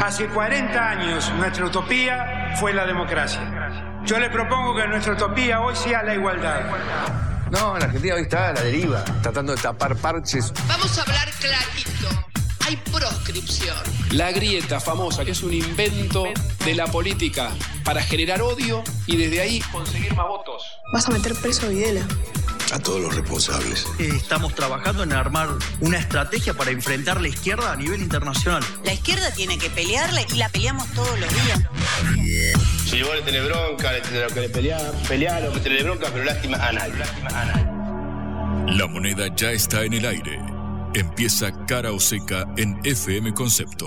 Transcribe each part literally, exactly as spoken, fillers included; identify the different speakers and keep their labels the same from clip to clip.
Speaker 1: Hace cuarenta años nuestra utopía fue la democracia. Yo le propongo que nuestra utopía hoy sea la igualdad.
Speaker 2: No, la Argentina hoy está a la deriva, tratando de tapar parches.
Speaker 3: Vamos a hablar clarito. Hay proscripción.
Speaker 4: La grieta famosa, que es un invento de la política para generar odio y desde ahí conseguir más votos.
Speaker 5: Vas a meter preso a Videla.
Speaker 6: A todos los responsables.
Speaker 7: Estamos trabajando en armar una estrategia para enfrentar la izquierda a nivel internacional.
Speaker 8: La izquierda tiene que pelearla y la peleamos todos los días.
Speaker 9: Si vos le tenés bronca, le tenés que pelear, pelear, lo que tenés bronca, pero lástima a nadie. Lástima a nadie.
Speaker 10: La moneda ya está en el aire. Empieza Cara o Seca en F M Concepto.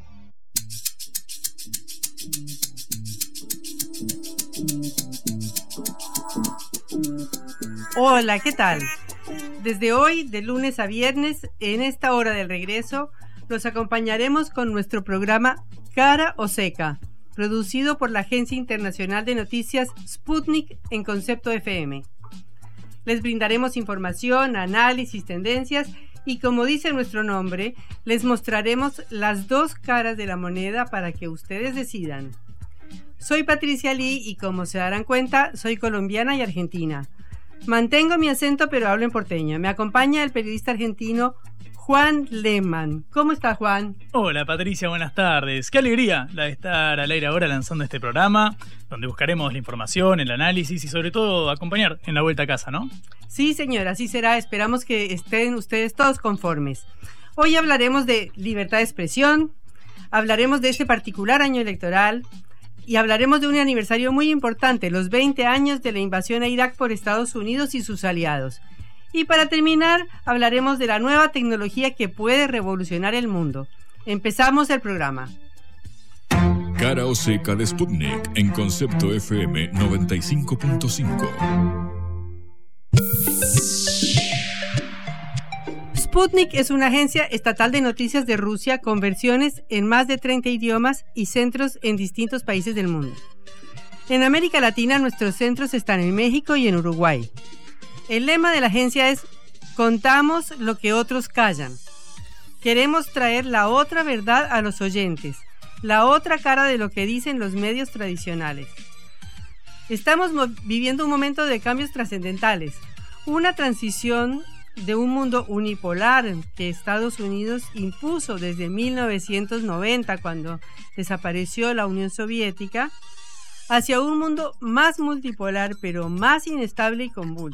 Speaker 11: Hola, ¿qué tal? Desde hoy, de lunes a viernes, en esta hora del regreso, los acompañaremos con nuestro programa Cara o Seca, producido por la Agencia Internacional de Noticias Sputnik en Concepto F M. Les brindaremos información, análisis, tendencias y, como dice nuestro nombre, les mostraremos las dos caras de la moneda para que ustedes decidan. Soy Patricia Lee y, como se darán cuenta, soy colombiana y argentina. Mantengo mi acento, pero hablo en porteño. Me acompaña el periodista argentino Juan Lehmann. ¿Cómo está, Juan?
Speaker 12: Hola, Patricia, buenas tardes. Qué alegría la de estar al aire ahora lanzando este programa, donde buscaremos la información, el análisis y sobre todo acompañar en la vuelta a casa, ¿no?
Speaker 11: Sí, señora, así será. Esperamos que estén ustedes todos conformes. Hoy hablaremos de libertad de expresión, hablaremos de este particular año electoral, y hablaremos de un aniversario muy importante, los veinte años de la invasión a Irak por Estados Unidos y sus aliados. Y para terminar, hablaremos de la nueva tecnología que puede revolucionar el mundo. Empezamos el programa.
Speaker 10: Cara o Seca de Sputnik en Concepto F M noventa y cinco punto cinco.
Speaker 11: Sputnik es una agencia estatal de noticias de Rusia con versiones en más de treinta idiomas y centros en distintos países del mundo. En América Latina, nuestros centros están en México y en Uruguay. El lema de la agencia es: contamos lo que otros callan. Queremos traer la otra verdad a los oyentes, la otra cara de lo que dicen los medios tradicionales. Estamos viviendo un momento de cambios trascendentales, una transición de un mundo unipolar que Estados Unidos impuso desde mil novecientos noventa, cuando desapareció la Unión Soviética, hacia un mundo más multipolar pero más inestable y convulso.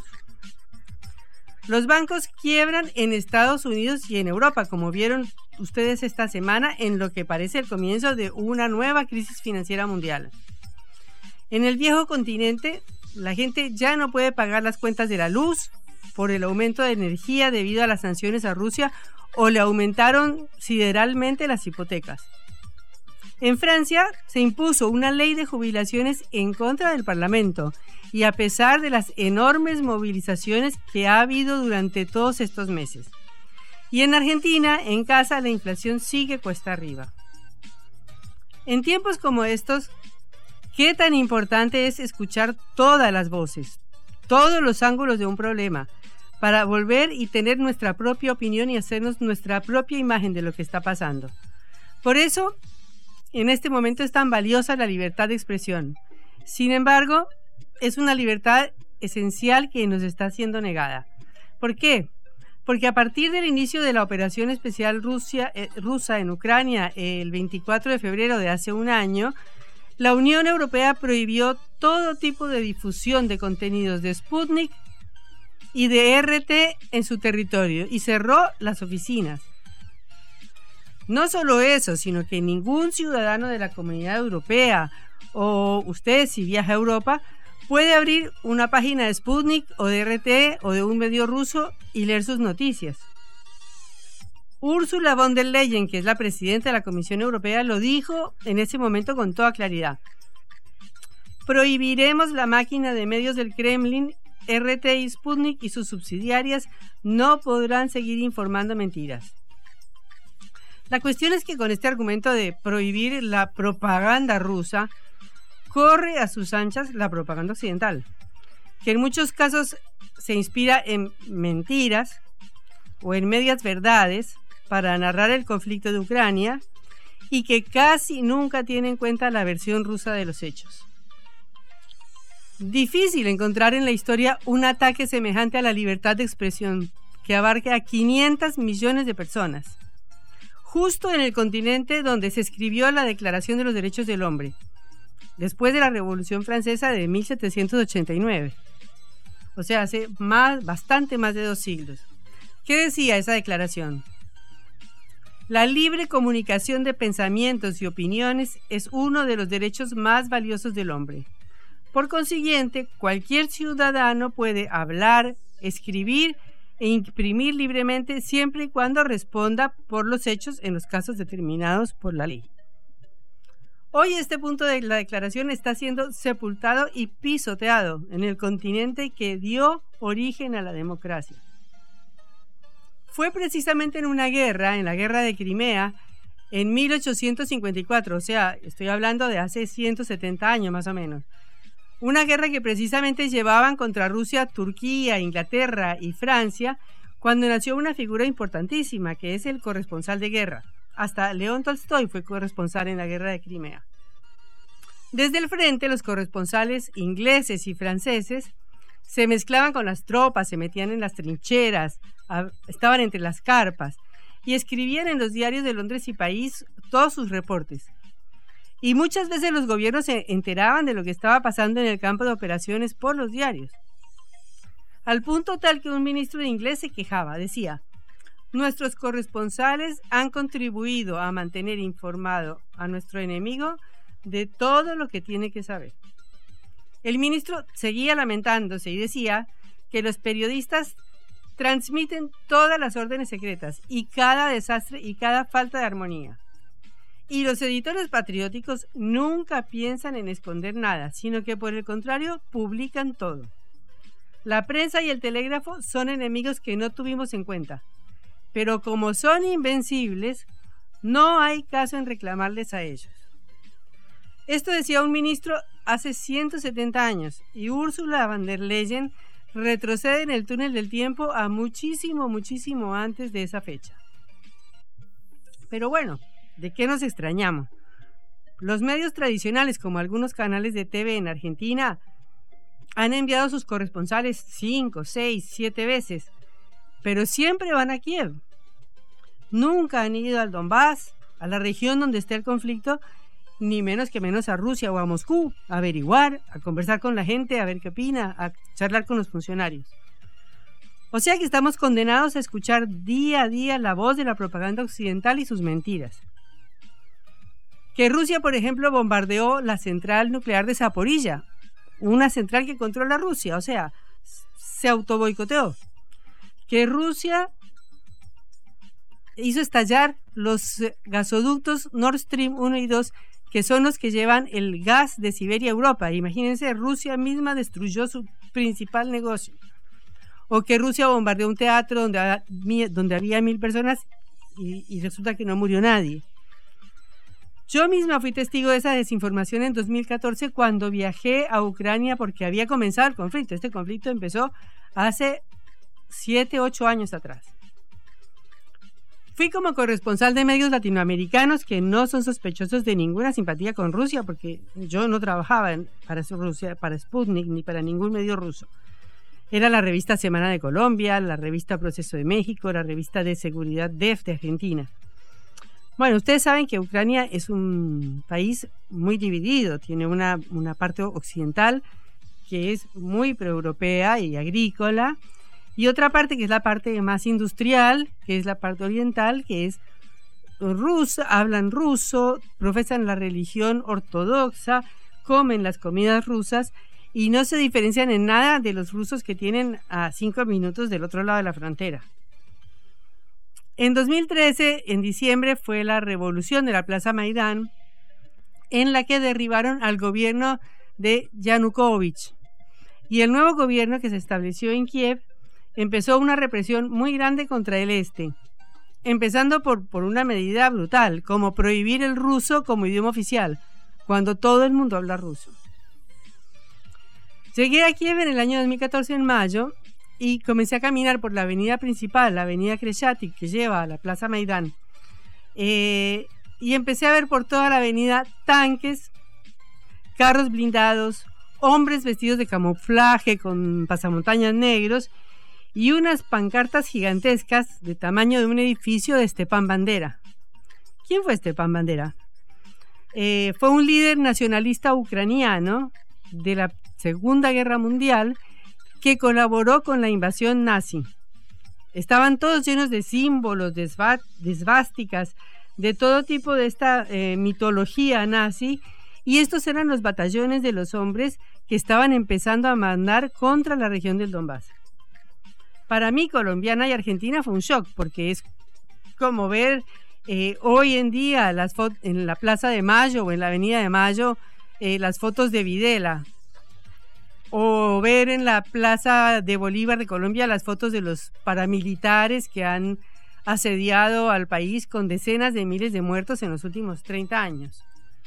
Speaker 11: Los bancos quiebran en Estados Unidos y en Europa, como vieron ustedes esta semana, en lo que parece el comienzo de una nueva crisis financiera mundial. En el viejo continente, la gente ya no puede pagar las cuentas de la luz por el aumento de energía debido a las sanciones a Rusia, o le aumentaron sideralmente las hipotecas. En Francia se impuso una ley de jubilaciones en contra del Parlamento, y a pesar de las enormes movilizaciones que ha habido durante todos estos meses. Y en Argentina, en casa, la inflación sigue cuesta arriba. En tiempos como estos, ¿qué tan importante es escuchar todas las voces, todos los ángulos de un problema, para volver y tener nuestra propia opinión y hacernos nuestra propia imagen de lo que está pasando? Por eso, en este momento es tan valiosa la libertad de expresión. Sin embargo, es una libertad esencial que nos está siendo negada. ¿Por qué? Porque a partir del inicio de la operación especial Rusia, eh, rusa en Ucrania el veinticuatro de febrero de hace un año, la Unión Europea prohibió todo tipo de difusión de contenidos de Sputnik y de R T en su territorio y cerró las oficinas. No solo eso, sino que ningún ciudadano de la Comunidad Europea o usted, si viaja a Europa, puede abrir una página de Sputnik o de R T o de un medio ruso y leer sus noticias. Ursula von der Leyen, que es la presidenta de la Comisión Europea, lo dijo en ese momento con toda claridad. Prohibiremos la máquina de medios del Kremlin. R T y Sputnik y sus subsidiarias no podrán seguir informando mentiras. La cuestión es que con este argumento de prohibir la propaganda rusa, corre a sus anchas la propaganda occidental, que en muchos casos se inspira en mentiras o en medias verdades para narrar el conflicto de Ucrania y que casi nunca tiene en cuenta la versión rusa de los hechos. Difícil encontrar en la historia un ataque semejante a la libertad de expresión que abarque a quinientos millones de personas, justo en el continente donde se escribió la Declaración de los Derechos del Hombre, después de la Revolución Francesa de mil setecientos ochenta y nueve, o sea, hace más, bastante más de dos siglos. ¿Qué decía esa declaración? La libre comunicación de pensamientos y opiniones es uno de los derechos más valiosos del hombre. Por consiguiente, cualquier ciudadano puede hablar, escribir e imprimir libremente siempre y cuando responda por los hechos en los casos determinados por la ley. Hoy este punto de la declaración está siendo sepultado y pisoteado en el continente que dio origen a la democracia. Fue precisamente en una guerra, en la guerra de Crimea, en mil ochocientos cincuenta y cuatro, o sea, estoy hablando de hace ciento setenta años más o menos, una guerra que precisamente llevaban contra Rusia, Turquía, Inglaterra y Francia, cuando nació una figura importantísima, que es el corresponsal de guerra. Hasta León Tolstoy fue corresponsal en la guerra de Crimea. Desde el frente, los corresponsales ingleses y franceses se mezclaban con las tropas, se metían en las trincheras, estaban entre las carpas y escribían en los diarios de Londres y París todos sus reportes. Y muchas veces los gobiernos se enteraban de lo que estaba pasando en el campo de operaciones por los diarios. Al punto tal que un ministro de inglés se quejaba, decía: nuestros corresponsales han contribuido a mantener informado a nuestro enemigo de todo lo que tiene que saber. El ministro seguía lamentándose y decía que los periodistas transmiten todas las órdenes secretas y cada desastre y cada falta de armonía. Y los editores patrióticos nunca piensan en esconder nada, sino que por el contrario publican todo. La prensa y el telégrafo son enemigos que no tuvimos en cuenta, pero como son invencibles, no hay caso en reclamarles a ellos. Esto decía un ministro hace ciento setenta años, y Ursula von der Leyen retrocede en el túnel del tiempo a muchísimo, muchísimo antes de esa fecha. Pero bueno, ¿de qué nos extrañamos? Los medios tradicionales, como algunos canales de T V en Argentina, han enviado a sus corresponsales cinco, seis, siete veces, pero siempre van a Kiev. Nunca han ido al Donbass, a la región donde está el conflicto, ni menos que menos a Rusia o a Moscú, a averiguar, a conversar con la gente, a ver qué opina, a charlar con los funcionarios. O sea que estamos condenados a escuchar día a día la voz de la propaganda occidental y sus mentiras. Que Rusia, por ejemplo, bombardeó la central nuclear de Zaporilla, una central que controla Rusia, o sea, se autoboicoteó. Que Rusia hizo estallar los gasoductos Nord Stream uno y dos, que son los que llevan el gas de Siberia a Europa. Imagínense, Rusia misma destruyó su principal negocio. O que Rusia bombardeó un teatro donde, donde había mil personas y, y resulta que no murió nadie. Yo misma fui testigo de esa desinformación en dos mil catorce cuando viajé a Ucrania porque había comenzado el conflicto. Este conflicto empezó hace siete, ocho años atrás. Fui como corresponsal de medios latinoamericanos que no son sospechosos de ninguna simpatía con Rusia, porque yo no trabajaba en, para Rusia, para Sputnik ni para ningún medio ruso. Era la revista Semana de Colombia, la revista Proceso de México, la revista de Seguridad D E F de Argentina. Bueno, ustedes saben que Ucrania es un país muy dividido, tiene una, una parte occidental que es muy proeuropea y agrícola, y otra parte que es la parte más industrial, que es la parte oriental, que es rusa, hablan ruso, profesan la religión ortodoxa, comen las comidas rusas y no se diferencian en nada de los rusos que tienen a cinco minutos del otro lado de la frontera. En dos mil trece, en diciembre, fue la revolución de la Plaza Maidán, en la que derribaron al gobierno de Yanukovych. Y el nuevo gobierno que se estableció en Kiev empezó una represión muy grande contra el este, empezando por, por una medida brutal, como prohibir el ruso como idioma oficial, cuando todo el mundo habla ruso. Llegué a Kiev en el año dos mil catorce, en mayo, y comencé a caminar por la avenida principal, la avenida Khreshchatyk, que lleva a la Plaza Maidán. Eh, y empecé a ver por toda la avenida tanques, carros blindados, hombres vestidos de camuflaje con pasamontañas negros y unas pancartas gigantescas de tamaño de un edificio de Stepan Bandera. ¿Quién fue Stepan Bandera? Eh, fue un líder nacionalista ucraniano de la Segunda Guerra Mundial que colaboró con la invasión nazi. Estaban todos llenos de símbolos, de esvásticas, de todo tipo de esta eh, mitología nazi, y estos eran los batallones de los hombres que estaban empezando a mandar contra la región del Donbass. Para mí, colombiana y argentina, fue un shock, porque es como ver eh, hoy en día las en la Plaza de Mayo o en la Avenida de Mayo eh, las fotos de Videla, o ver en la Plaza de Bolívar de Colombia las fotos de los paramilitares que han asediado al país con decenas de miles de muertos en los últimos treinta años.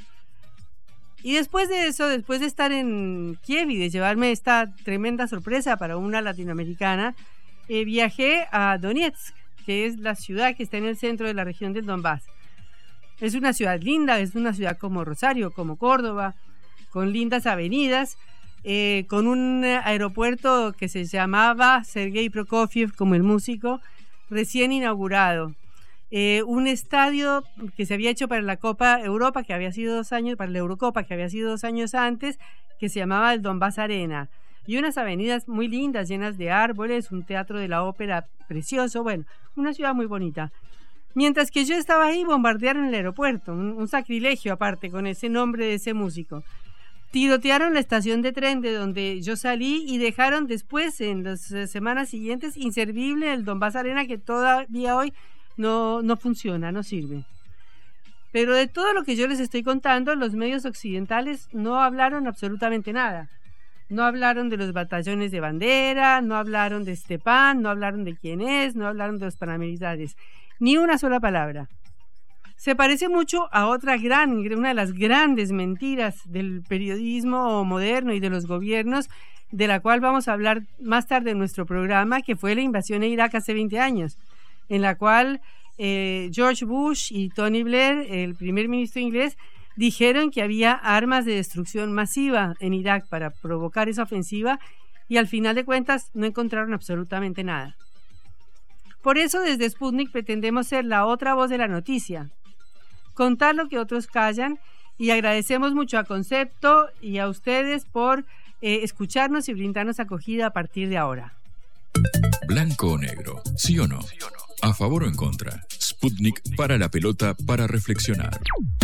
Speaker 11: Y después de eso, después de estar en Kiev y de llevarme esta tremenda sorpresa para una latinoamericana, eh, viajé a Donetsk, que es la ciudad que está en el centro de la región del Donbass. Es una ciudad linda, es una ciudad como Rosario, como Córdoba, con lindas avenidas, eh, con un aeropuerto que se llamaba Sergei Prokofiev, como el músico, recién inaugurado. Eh, un estadio que se había hecho para la Copa Europa, que había sido dos años, para la Eurocopa, que había sido dos años antes, que se llamaba el Donbass Arena, y unas avenidas muy lindas, llenas de árboles, un teatro de la ópera precioso, bueno, una ciudad muy bonita. Mientras que yo estaba ahí, bombardearon el aeropuerto, un, un sacrilegio aparte, con ese nombre de ese músico. Tirotearon la estación de tren de donde yo salí y dejaron después, en las eh, semanas siguientes, inservible el Donbass Arena, que todavía hoy No, no funciona, no sirve. Pero de todo lo que yo les estoy contando, los medios occidentales no hablaron absolutamente nada. No hablaron de los batallones de bandera, no hablaron de Stepan, no hablaron de quién es, no hablaron de los paramilitares. Ni una sola palabra. Se parece mucho a otra gran, una de las grandes mentiras del periodismo moderno y de los gobiernos, de la cual vamos a hablar más tarde en nuestro programa, que fue la invasión a Irak hace veinte años. En la cual eh, George Bush y Tony Blair, el primer ministro inglés, dijeron que había armas de destrucción masiva en Irak para provocar esa ofensiva, y al final de cuentas no encontraron absolutamente nada. Por eso desde Sputnik pretendemos ser la otra voz de la noticia, contar lo que otros callan, y agradecemos mucho a Concepto y a ustedes por eh, escucharnos y brindarnos acogida a partir de ahora.
Speaker 10: Blanco o negro, ¿sí o no? ¿A favor o en contra? Sputnik para la pelota para reflexionar.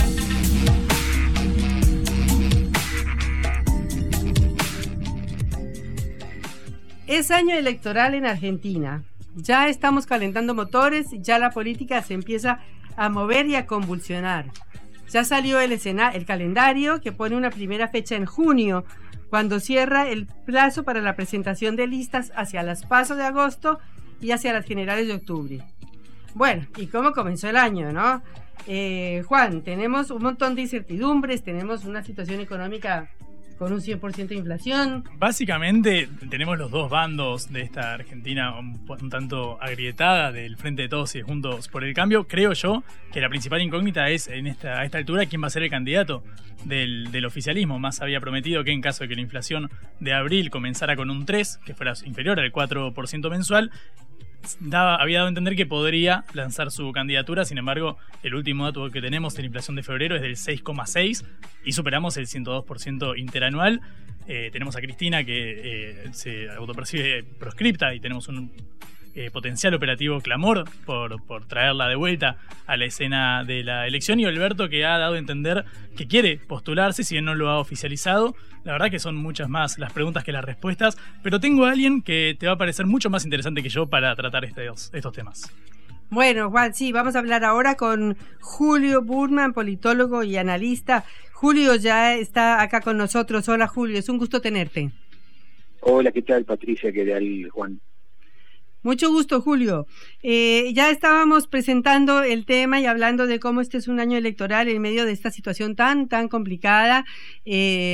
Speaker 11: Es año electoral en Argentina. Ya estamos calentando motores, ya la política se empieza a mover y a convulsionar. Ya salió el, escena, el calendario, que pone una primera fecha en junio, cuando cierra el plazo para la presentación de listas hacia las PASO de agosto y hacia las generales de octubre. Bueno, ¿y cómo comenzó el año, no? Eh, Juan, tenemos un montón de incertidumbres, tenemos una situación económica con un cien por ciento de inflación.
Speaker 12: Básicamente tenemos los dos bandos de esta Argentina un, un tanto agrietada, del Frente de Todos y Juntos por el Cambio. Creo yo que la principal incógnita es en esta, a esta altura quién va a ser el candidato del, del oficialismo. Más había prometido que en caso de que la inflación de abril comenzara con un tres, que fuera inferior al cuatro por ciento mensual, Daba, había dado a entender que podría lanzar su candidatura. Sin embargo, el último dato que tenemos de la inflación de febrero es del seis coma seis y superamos el ciento dos por ciento interanual. Eh, tenemos a Cristina, que eh, se autopercibe proscripta, y tenemos un eh, potencial operativo clamor por, por traerla de vuelta a la escena de la elección, y Alberto, que ha dado a entender que quiere postularse, si bien no lo ha oficializado. La verdad que son muchas más las preguntas que las respuestas, pero tengo a alguien que te va a parecer mucho más interesante que yo para tratar estos, estos temas.
Speaker 11: Bueno, Juan, sí, vamos a hablar ahora con Julio Burman, politólogo y analista. Julio ya está acá con nosotros. Hola, Julio, es un gusto tenerte.
Speaker 5: Hola, ¿qué tal, Patricia? ¿Qué tal, Juan?
Speaker 11: Mucho gusto, Julio. Eh, ya estábamos presentando el tema y hablando de cómo este es un año electoral en medio de esta situación tan, tan complicada. Eh,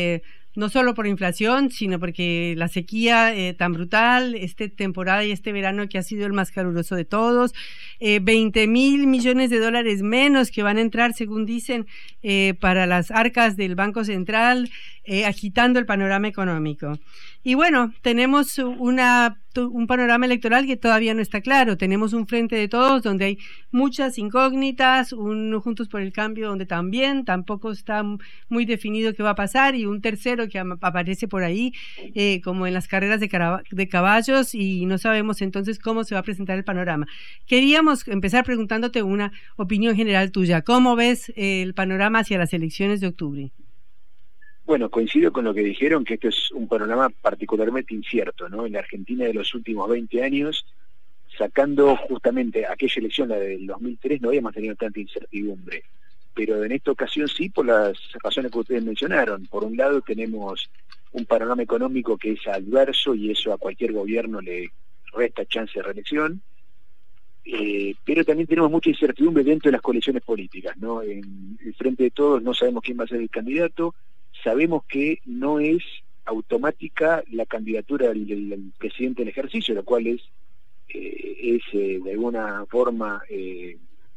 Speaker 11: no solo por inflación, sino porque la sequía eh, tan brutal, esta temporada y este verano que ha sido el más caluroso de todos, eh, veinte mil millones de dólares menos que van a entrar, según dicen, eh, para las arcas del Banco Central, eh, agitando el panorama económico. Y bueno, tenemos una, un panorama electoral que todavía no está claro. Tenemos un Frente de Todos donde hay muchas incógnitas, un Juntos por el Cambio donde también tampoco está muy definido qué va a pasar, y un tercero que aparece por ahí eh, como en las carreras de, de caballos, y no sabemos entonces cómo se va a presentar el panorama. Queríamos empezar preguntándote una opinión general tuya. ¿Cómo ves eh, el panorama hacia las elecciones de octubre?
Speaker 5: Bueno, coincido con lo que dijeron, que este es un panorama particularmente incierto, ¿no? En la Argentina de los últimos veinte años, sacando justamente aquella elección, la del dos mil tres, no habíamos tenido tanta incertidumbre. Pero en esta ocasión sí, por las razones que ustedes mencionaron. Por un lado tenemos un panorama económico que es adverso, y eso a cualquier gobierno le resta chance de reelección. Eh, pero también tenemos mucha incertidumbre dentro de las coaliciones políticas, ¿no? En el Frente de Todos no sabemos quién va a ser el candidato. Sabemos que no es automática la candidatura del, del, del presidente en ejercicio, lo cual es, eh, es eh, de alguna forma eh,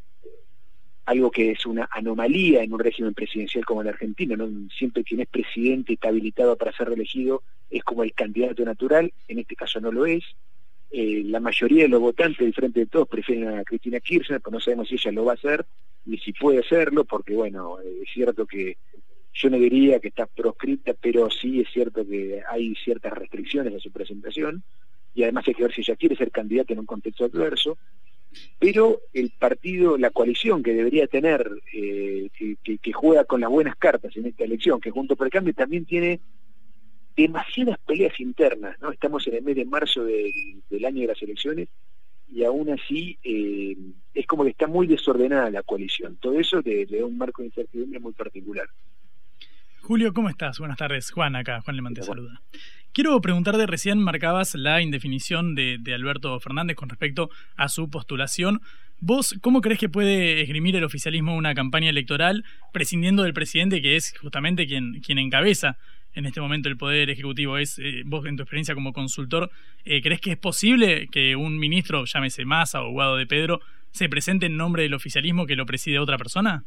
Speaker 5: algo que es una anomalía en un régimen presidencial como el argentino, ¿no? Siempre quien es presidente y está habilitado para ser reelegido es como el candidato natural. En este caso no lo es. Eh, la mayoría de los votantes del Frente de Todos prefieren a Cristina Kirchner, pero no sabemos si ella lo va a hacer ni si puede hacerlo, porque bueno, es cierto que yo no diría que está proscripta, pero sí es cierto que hay ciertas restricciones a su presentación, y además hay que ver si ella quiere ser candidata en un contexto adverso. Pero el partido, la coalición que debería tener, eh, que, que, que juega con las buenas cartas en esta elección, que Juntos por el Cambio, también tiene demasiadas peleas internas, ¿no? Estamos en el mes de marzo de, del año de las elecciones, y aún así eh, es como que está muy desordenada la coalición. Todo eso le, le da un marco de incertidumbre muy particular.
Speaker 12: Julio, ¿cómo estás? Buenas tardes. Juan acá, Juan Lemán te saluda. Quiero preguntarte, recién marcabas la indefinición de, de Alberto Fernández con respecto a su postulación. ¿Vos cómo crees que puede esgrimir el oficialismo una campaña electoral prescindiendo del presidente, que es justamente quien, quien encabeza en este momento el Poder Ejecutivo? Es eh, vos, en tu experiencia como consultor, eh, ¿crees que es posible que un ministro, llámese Massa o Guado de Pedro, se presente en nombre del oficialismo que lo preside otra persona?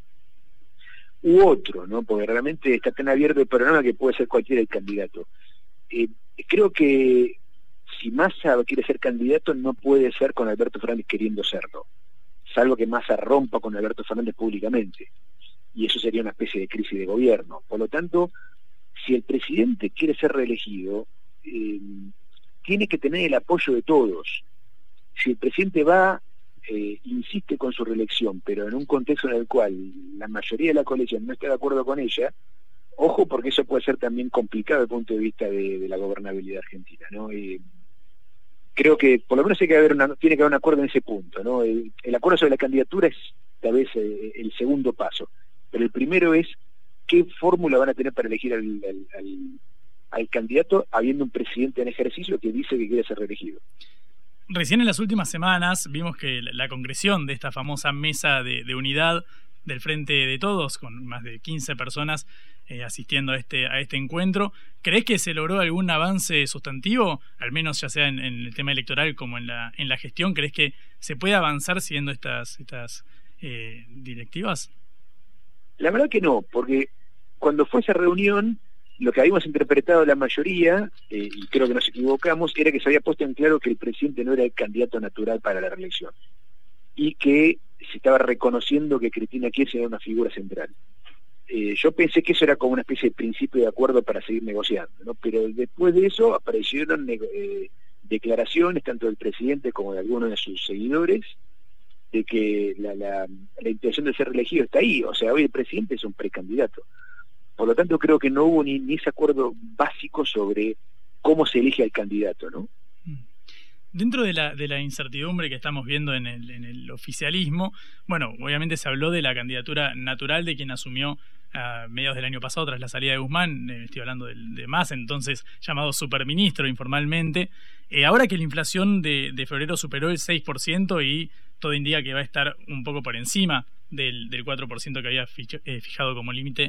Speaker 5: U otro, ¿no? Porque realmente está tan abierto el panorama que puede ser cualquiera el candidato. Eh, creo que si Massa quiere ser candidato, no puede ser con Alberto Fernández queriendo serlo, salvo que Massa rompa con Alberto Fernández públicamente, y eso sería una especie de crisis de gobierno. Por lo tanto, si el presidente quiere ser reelegido, eh, tiene que tener el apoyo de todos. Si el presidente va Eh, insiste con su reelección, pero en un contexto en el cual la mayoría de la coalición no está de acuerdo con ella, ojo, porque eso puede ser también complicado desde el punto de vista de, de la gobernabilidad argentina, ¿no? Eh, creo que por lo menos hay que haber una, tiene que haber un acuerdo en ese punto, ¿no? El, el acuerdo sobre la candidatura es tal vez eh, el segundo paso, pero el primero es qué fórmula van a tener para elegir al, al, al, al candidato, habiendo un presidente en ejercicio que dice que quiere ser reelegido.
Speaker 12: Recién en las últimas semanas vimos que la concreción de esta famosa mesa de, de unidad del Frente de Todos, con más de quince personas eh, asistiendo a este, a este encuentro, ¿crees que se logró algún avance sustantivo? Al menos ya sea en, en el tema electoral como en la, en la gestión, ¿crees que se puede avanzar siguiendo estas, estas eh, directivas?
Speaker 5: La verdad que no, porque cuando fue esa reunión, lo que habíamos interpretado la mayoría, eh, y creo que nos equivocamos, era que se había puesto en claro que el presidente no era el candidato natural para la reelección, y que se estaba reconociendo que Cristina Kirchner era una figura central. Eh, yo pensé que eso era como una especie de principio de acuerdo para seguir negociando, ¿no? Pero después de eso aparecieron eh, declaraciones tanto del presidente como de algunos de sus seguidores de que la, la, la intención de ser reelegido está ahí. O sea, hoy el presidente es un precandidato. Por lo tanto, creo que no hubo ni, ni ese acuerdo básico sobre cómo se elige al candidato, ¿no?
Speaker 12: Dentro de la, de la incertidumbre que estamos viendo en el, en el oficialismo, bueno, obviamente se habló de la candidatura natural de quien asumió a mediados del año pasado tras la salida de Guzmán, eh, estoy hablando de, de Massa, entonces llamado superministro informalmente. Eh, ahora que la inflación de, de febrero superó el seis por ciento y todo indica que va a estar un poco por encima del, del cuatro por ciento que había ficho, eh, fijado como límite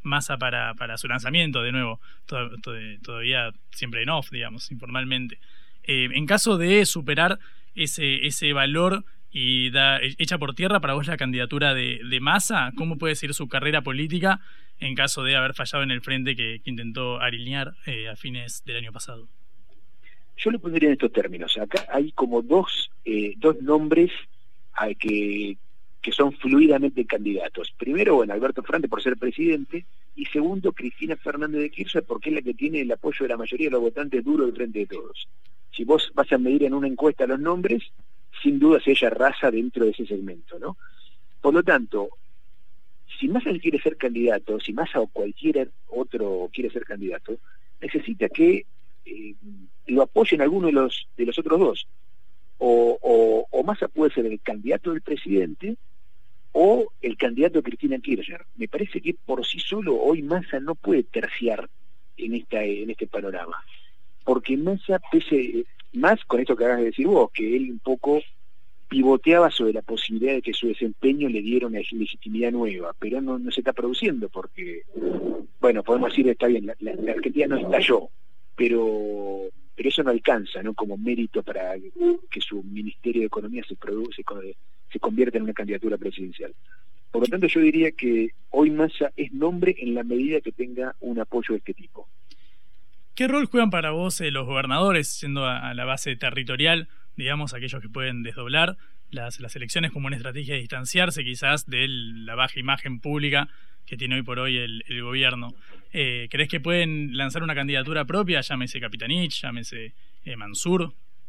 Speaker 12: Massa para, para su lanzamiento, de nuevo, to, to, todavía siempre en off, digamos, informalmente. Eh, en caso de superar ese, ese valor y da, echa por tierra para vos la candidatura de, de Massa, ¿cómo puede ser su carrera política en caso de haber fallado en el frente que, que intentó alinear eh, a fines del año pasado?
Speaker 5: Yo lo pondría en estos términos. Acá hay como dos, eh, dos nombres a que, que son fluidamente candidatos. Primero, bueno, Alberto Fernández por ser presidente, y segundo, Cristina Fernández de Kirchner porque es la que tiene el apoyo de la mayoría de los votantes duros del Frente de Todos. Si vos vas a medir en una encuesta los nombres, sin duda si ella arrasa dentro de ese segmento, ¿no? Por lo tanto, si Massa quiere ser candidato, si Massa o cualquier otro quiere ser candidato, necesita que eh, lo apoyen alguno de los de los otros dos. O, o, o Massa puede ser el candidato del presidente o el candidato de Cristina Kirchner. Me parece que por sí solo hoy Massa no puede terciar en esta en este panorama. Porque Massa, pese más con esto que acabas de decir vos, que él un poco pivoteaba sobre la posibilidad de que su desempeño le diera una legitimidad nueva, pero no, no se está produciendo porque, bueno, podemos decir, está bien, la, la, la Argentina no estalló, pero pero eso no alcanza, ¿no? Como mérito para que su Ministerio de Economía se produce, se convierta en una candidatura presidencial. Por lo tanto, yo diría que hoy Massa es nombre en la medida que tenga un apoyo de este tipo.
Speaker 12: ¿Qué rol juegan para vos eh, los gobernadores, siendo a, a la base territorial, digamos, aquellos que pueden desdoblar las, las elecciones como una estrategia de distanciarse quizás de la baja imagen pública que tiene hoy por hoy el, el gobierno? Eh, ¿Crees que pueden lanzar una candidatura propia, llámese Capitanich, llámese eh, Mansur?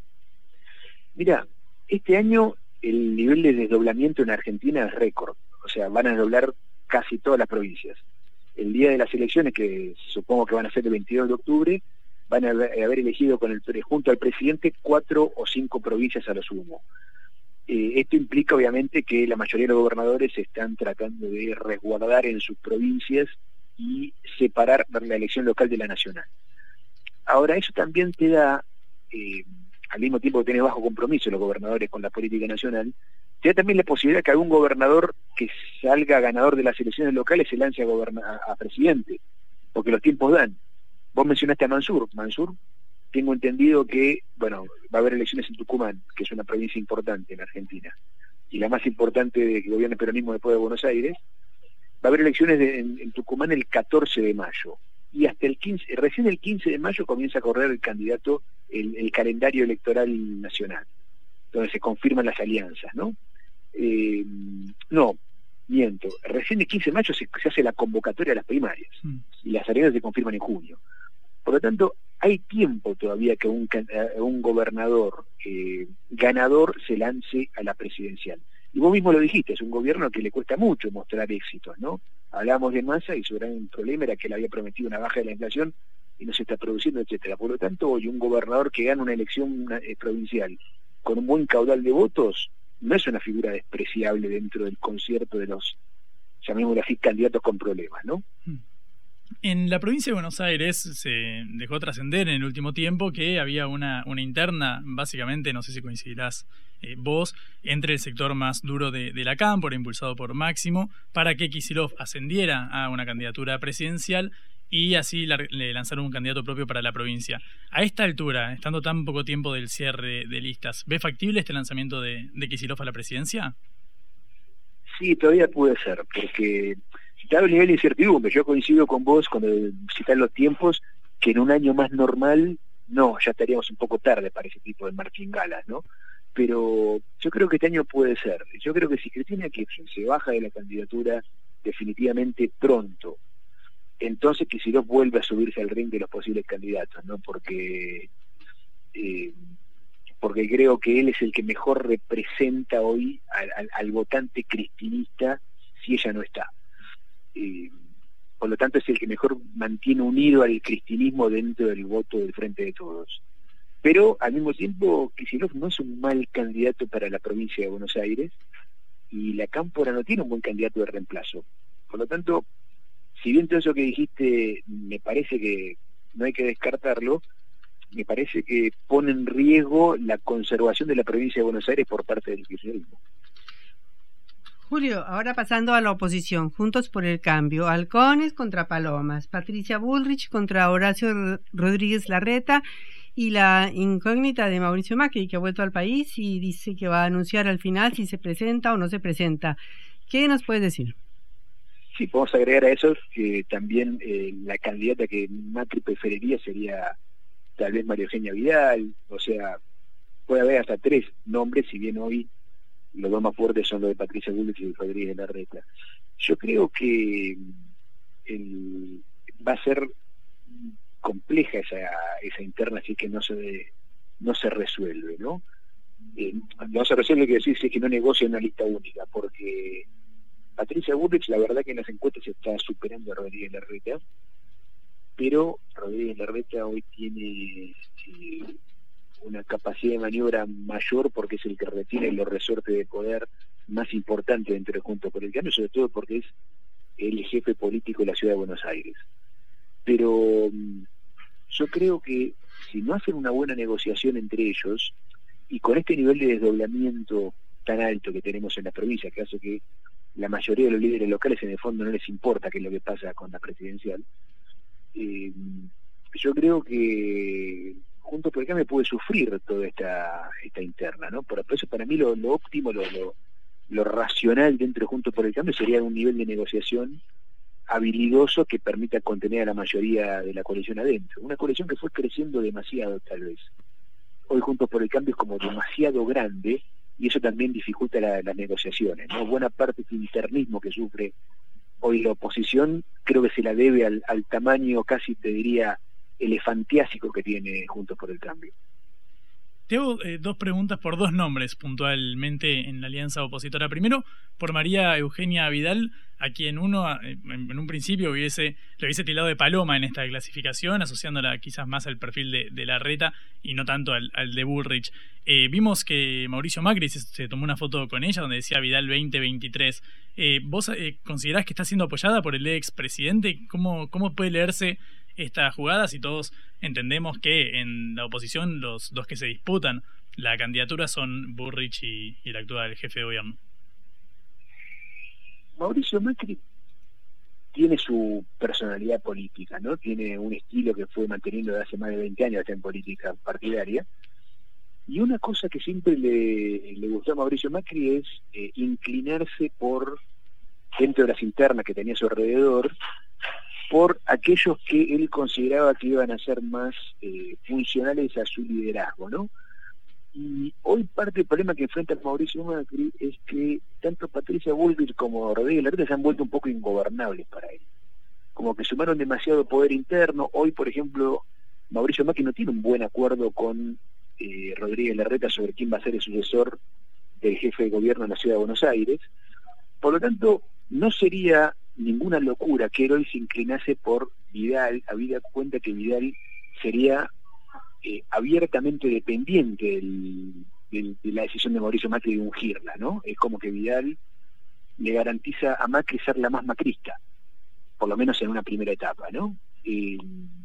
Speaker 5: Mira, este año el nivel de desdoblamiento en Argentina es récord, o sea, van a desdoblar casi todas las provincias. El día de las elecciones, que supongo que van a ser el veintidós de octubre, van a haber elegido con el junto al presidente cuatro o cinco provincias a lo sumo. Eh, esto implica obviamente que la mayoría de los gobernadores están tratando de resguardar en sus provincias y separar la elección local de la nacional. Ahora, eso también te da, eh, al mismo tiempo que tiene bajo compromiso los gobernadores con la política nacional, te da también la posibilidad que algún gobernador que salga ganador de las elecciones locales se lance a, goberna- a presidente, porque los tiempos dan. Vos mencionaste a Mansur. Mansur, tengo entendido que, bueno, va a haber elecciones en Tucumán, que es una provincia importante en Argentina, y la más importante de que gobierna el peronismo después de Buenos Aires. Va a haber elecciones de, en, en Tucumán el catorce de mayo, y hasta el quince, recién el quince de mayo comienza a correr el candidato, el, el calendario electoral nacional, donde se confirman las alianzas, ¿no? Eh, no, miento, recién el quince de mayo se, se hace la convocatoria a las primarias, mm. y las alianzas se confirman en junio. Por lo tanto, hay tiempo todavía que un, un gobernador eh, ganador se lance a la presidencial. Y vos mismo lo dijiste, es un gobierno que le cuesta mucho mostrar éxitos, ¿no? Hablamos de Massa y su gran problema era que le había prometido una baja de la inflación y no se está produciendo, etcétera. Por lo tanto, hoy un gobernador que gana una elección eh, provincial con un buen caudal de votos no es una figura despreciable dentro del concierto de los, llamémoslo así, candidatos con problemas, ¿no?
Speaker 12: En la provincia de Buenos Aires se dejó trascender en el último tiempo que había una, una interna, básicamente, no sé si coincidirás eh, vos, entre el sector más duro de, de la Cámpora, impulsado por Máximo, para que Kicillof ascendiera a una candidatura presidencial y así la, le lanzaron un candidato propio para la provincia. A esta altura, estando tan poco tiempo del cierre de listas, ¿ve factible este lanzamiento de, de Kicillof a la presidencia?
Speaker 5: Sí, todavía puede ser, porque dado el nivel de incertidumbre, yo coincido con vos cuando citan los tiempos, que en un año más normal, no, ya estaríamos un poco tarde para ese tipo de martingalas, ¿no? Pero yo creo que este año puede ser. Yo creo que si Cristina Kirchner se baja de la candidatura definitivamente pronto, entonces Kicillof vuelve a subirse al ring de los posibles candidatos, ¿no? Porque eh, porque creo que él es el que mejor representa hoy al, al, al votante cristinista si ella no está. Eh, por lo tanto es el que mejor mantiene unido al cristinismo dentro del voto del Frente de Todos. Pero al mismo tiempo Kicillof no es un mal candidato para la provincia de Buenos Aires y la Cámpora no tiene un buen candidato de reemplazo. Por lo tanto, si bien todo eso que dijiste me parece que no hay que descartarlo, me parece que pone en riesgo la conservación de la provincia de Buenos Aires por parte del kirchnerismo.
Speaker 11: Julio, ahora pasando a la oposición, Juntos por el Cambio, Halcones contra Palomas, Patricia Bullrich contra Horacio Rodríguez Larreta y la incógnita de Mauricio Macri, que ha vuelto al país y dice que va a anunciar al final si se presenta o no se presenta. ¿Qué nos puedes decir?
Speaker 5: Sí, podemos agregar a eso que también eh, la candidata que Macri preferiría sería tal vez María Eugenia Vidal, o sea, puede haber hasta tres nombres, si bien hoy los dos más fuertes son los de Patricia Bullrich y Rodríguez Larreta. Yo creo que el, va a ser compleja esa esa interna, así que no se no se resuelve, ¿no? Eh, no se resuelve, quiere decir, si es que no negocia una lista única, porque Patricia Bullrich, la verdad que en las encuestas se está superando a Rodríguez Larreta, pero Rodríguez Larreta hoy tiene eh, una capacidad de maniobra mayor porque es el que retiene los resortes de poder más importantes dentro de Juntos por el Cambio, sobre todo porque es el jefe político de la ciudad de Buenos Aires. Pero yo creo que si no hacen una buena negociación entre ellos, y con este nivel de desdoblamiento tan alto que tenemos en la provincia, que hace que la mayoría de los líderes locales en el fondo no les importa qué es lo que pasa con la presidencial, eh, yo creo que Juntos por el Cambio puede sufrir toda esta esta interna, ¿no? Por eso para mí lo, lo óptimo, lo, lo, lo racional dentro de Juntos por el Cambio sería un nivel de negociación habilidoso que permita contener a la mayoría de la coalición adentro. Una coalición que fue creciendo demasiado tal vez. Hoy Juntos por el Cambio es como demasiado grande y eso también dificulta la, las negociaciones, ¿no? Buena parte del internismo que sufre hoy la oposición creo que se la debe al, al tamaño casi te diría elefantiásico que tiene Juntos por el Cambio.
Speaker 12: Te hago eh, dos preguntas por dos nombres puntualmente en la alianza opositora. Primero, por María Eugenia Vidal, a quien uno eh, en, en un principio hubiese, le hubiese tildado de paloma en esta clasificación, asociándola quizás más al perfil de, de Larreta y no tanto al, al de Bullrich. Eh, vimos que Mauricio Macri se, se tomó una foto con ella donde decía Vidal veinte veintitrés. Eh, ¿Vos eh, considerás que está siendo apoyada por el expresidente? ¿Cómo, cómo puede leerse esta jugada si todos entendemos que en la oposición los dos que se disputan la candidatura son Bullrich y, y el actual jefe de gobierno?
Speaker 5: Mauricio Macri tiene su personalidad política, ¿no? Tiene un estilo que fue manteniendo desde hace más de veinte años en política partidaria, y una cosa que siempre le, le gustó a Mauricio Macri es eh, inclinarse por, dentro de las internas que tenía a su alrededor, por aquellos que él consideraba que iban a ser más eh, funcionales a su liderazgo, ¿no? Y hoy parte del problema que enfrenta Mauricio Macri es que tanto Patricia Bullrich como Rodríguez Larreta se han vuelto un poco ingobernables para él. Como que sumaron demasiado poder interno. Hoy, por ejemplo, Mauricio Macri no tiene un buen acuerdo con eh, Rodríguez Larreta sobre quién va a ser el sucesor del jefe de gobierno en la ciudad de Buenos Aires. Por lo tanto, no sería ninguna locura que él hoy se inclinase por Vidal, habida cuenta que Vidal sería eh, abiertamente dependiente del, del, de la decisión de Mauricio Macri de ungirla, ¿no? Es como que Vidal le garantiza a Macri ser la más macrista, por lo menos en una primera etapa, ¿no? Eh,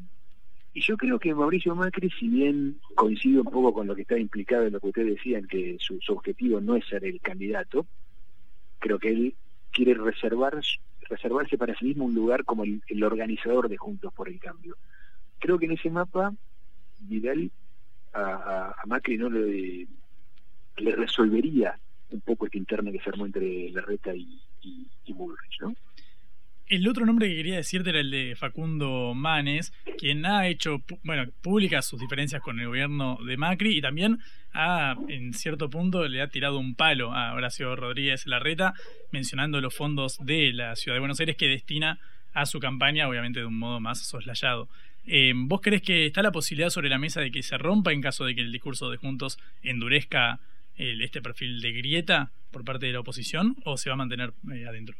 Speaker 5: y yo creo que Mauricio Macri, si bien coincido un poco con lo que está implicado en lo que ustedes decían, que su, su objetivo no es ser el candidato, creo que él quiere reservar reservarse para sí mismo un lugar como el, el organizador de Juntos por el Cambio. Creo que en ese mapa Vidal a, a, a Macri no le, le resolvería un poco esta interna que se armó entre Larreta y, y, y Bullrich, ¿no?
Speaker 12: El otro nombre que quería decirte era el de Facundo Manes, quien ha hecho bueno públicas sus diferencias con el gobierno de Macri y también ha, en cierto punto, le ha tirado un palo a Horacio Rodríguez Larreta, mencionando los fondos de la Ciudad de Buenos Aires que destina a su campaña, obviamente de un modo más soslayado. Eh, ¿Vos crees que está la posibilidad sobre la mesa de que se rompa en caso de que el discurso de Juntos endurezca el, este perfil de grieta por parte de la oposición, o se va a mantener eh, adentro?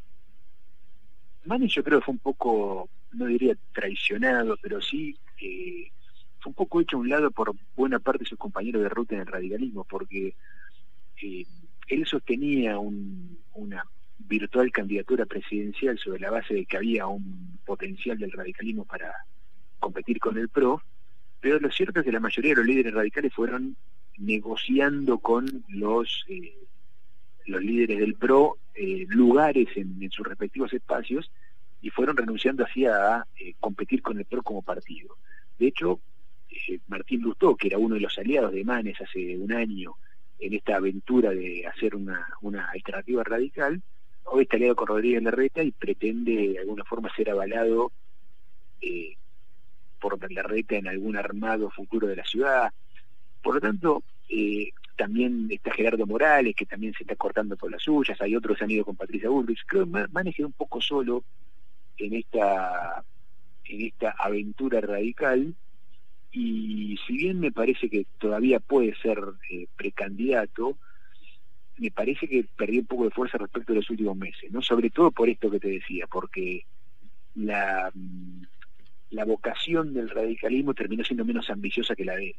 Speaker 5: Manes yo creo que fue un poco, no diría traicionado, pero sí eh, fue un poco hecho a un lado por buena parte de sus compañeros de ruta en el radicalismo, porque eh, él sostenía un, una virtual candidatura presidencial sobre la base de que había un potencial del radicalismo para competir con el P R O, pero lo cierto es que la mayoría de los líderes radicales fueron negociando con los eh, los líderes del P R O eh, lugares en, en sus respectivos espacios y fueron renunciando así a eh, competir con el P R O como partido. De hecho, eh, Martín Lustó, que era uno de los aliados de Manes hace un año en esta aventura de hacer una, una alternativa radical, hoy está aliado con Rodríguez Larreta y pretende de alguna forma ser avalado eh, por Larreta en algún armado futuro de la ciudad. Por lo tanto, eh, también está Gerardo Morales, que también se está cortando por las suyas, hay otros que han ido con Patricia Bullrich. Creo que Manes quedó un poco solo en esta, en esta aventura radical, y si bien me parece que todavía puede ser eh, precandidato, me parece que perdió un poco de fuerza respecto de los últimos meses, ¿no? Sobre todo por esto que te decía, porque la, la vocación del radicalismo terminó siendo menos ambiciosa que la de él.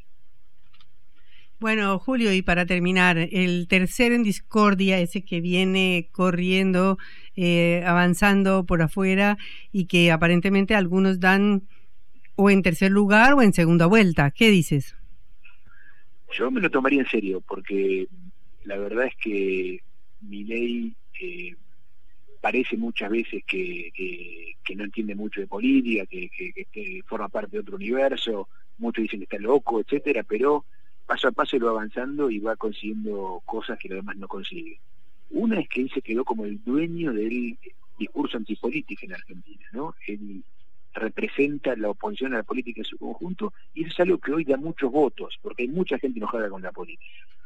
Speaker 11: Bueno, Julio, y para terminar, el tercero en discordia, ese que viene corriendo, eh, avanzando por afuera y que aparentemente algunos dan o en tercer lugar o en segunda vuelta, ¿qué dices?
Speaker 5: Yo me lo tomaría en serio, porque la verdad es que Milei eh, parece muchas veces que, que, que no entiende mucho de política, que, que, que forma parte de otro universo, muchos dicen que está loco, etcétera, pero paso a paso lo va avanzando y va consiguiendo cosas que los demás no consiguen. Una es que él se quedó como el dueño del discurso antipolítica en Argentina, ¿no? Él representa la oposición a la política en su conjunto, y eso es algo que hoy da muchos votos, porque hay mucha gente enojada con la política.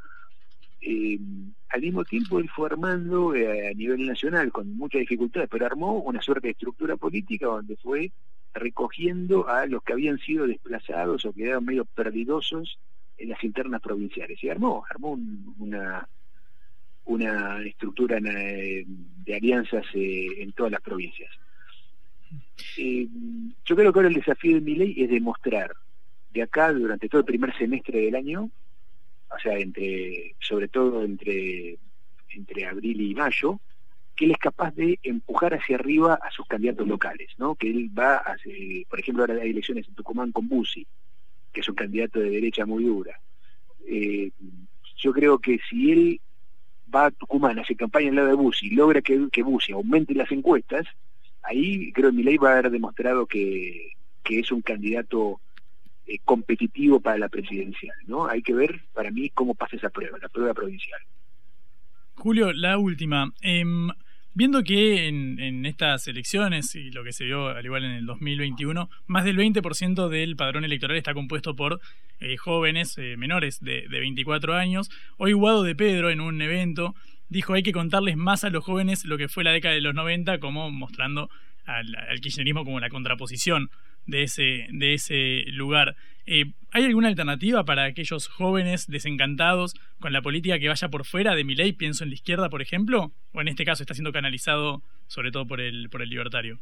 Speaker 5: Eh, al mismo tiempo él fue armando eh, a nivel nacional con muchas dificultades, pero armó una suerte de estructura política donde fue recogiendo a los que habían sido desplazados o quedaron medio perdidosos en las internas provinciales, y armó, armó un, una una estructura de, de alianzas eh, en todas las provincias. Eh, yo creo que ahora el desafío de Milei es demostrar de acá durante todo el primer semestre del año, o sea, entre sobre todo entre, entre abril y mayo, que él es capaz de empujar hacia arriba a sus candidatos locales, ¿no? Que él va a, eh, por ejemplo, ahora hay elecciones en Tucumán con Bussi, que es un candidato de derecha muy dura. Eh, yo creo que si él va a Tucumán, hace campaña al lado de Bussi, logra que, que Bussi aumente las encuestas, ahí creo que Milei va a haber demostrado que, que es un candidato eh, competitivo para la presidencial, ¿no? Hay que ver, para mí, cómo pasa esa prueba, la prueba provincial.
Speaker 12: Julio, la última. Eh, viendo que en, en estas elecciones, y lo que se vio al igual en el dos mil veintiuno, más del veinte por ciento del padrón electoral está compuesto por eh, jóvenes eh, menores de, de veinticuatro años. Hoy Guado de Pedro, en un evento, dijo hay que contarles más a los jóvenes lo que fue la década de los noventa, como mostrando al, al kirchnerismo como la contraposición de ese, de ese lugar. Eh, ¿Hay alguna alternativa para aquellos jóvenes desencantados con la política que vaya por fuera de Milei? Pienso en la izquierda, por ejemplo, o en este caso está siendo canalizado sobre todo por el, por el libertario.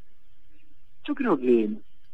Speaker 5: Yo creo que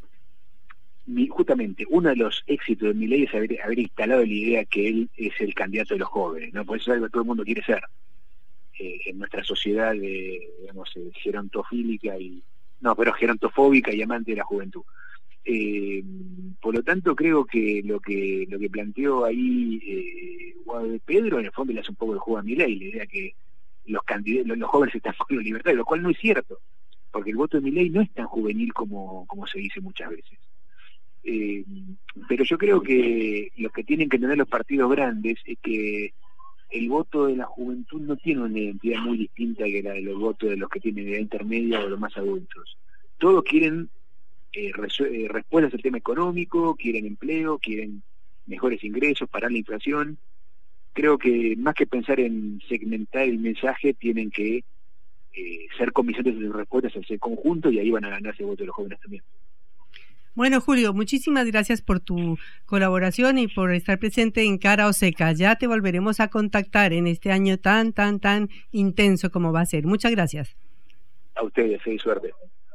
Speaker 5: justamente uno de los éxitos de Milei es haber, haber instalado la idea que él es el candidato de los jóvenes, ¿no? Por eso es algo que todo el mundo quiere ser. Eh, en nuestra sociedad, de, digamos, eh, gerontofílica y no, pero gerontofóbica y amante de la juventud. Eh, por lo tanto, creo que lo que lo que planteó ahí eh, Guado de Pedro, en el fondo le hace un poco de juego a Milei, la idea que los candidatos, los, los jóvenes están con los libertarios, lo cual no es cierto, porque el voto de Milei no es tan juvenil como, como se dice muchas veces. Eh, pero yo creo que lo que tienen que tener los partidos grandes es que el voto de la juventud no tiene una identidad muy distinta que la de los votos de los que tienen edad intermedia o los más adultos. Todos quieren eh, eh, respuestas al tema económico, quieren empleo, quieren mejores ingresos, parar la inflación. Creo que más que pensar en segmentar el mensaje, tienen que eh, ser comisarios de sus respuestas hacia el conjunto, y ahí van a ganarse el voto de los jóvenes también.
Speaker 11: Bueno, Julio, muchísimas gracias por tu colaboración y por estar presente en Cara o Seca. Ya te volveremos a contactar en este año tan, tan, tan intenso como va a ser. Muchas gracias.
Speaker 5: A ustedes, feliz suerte.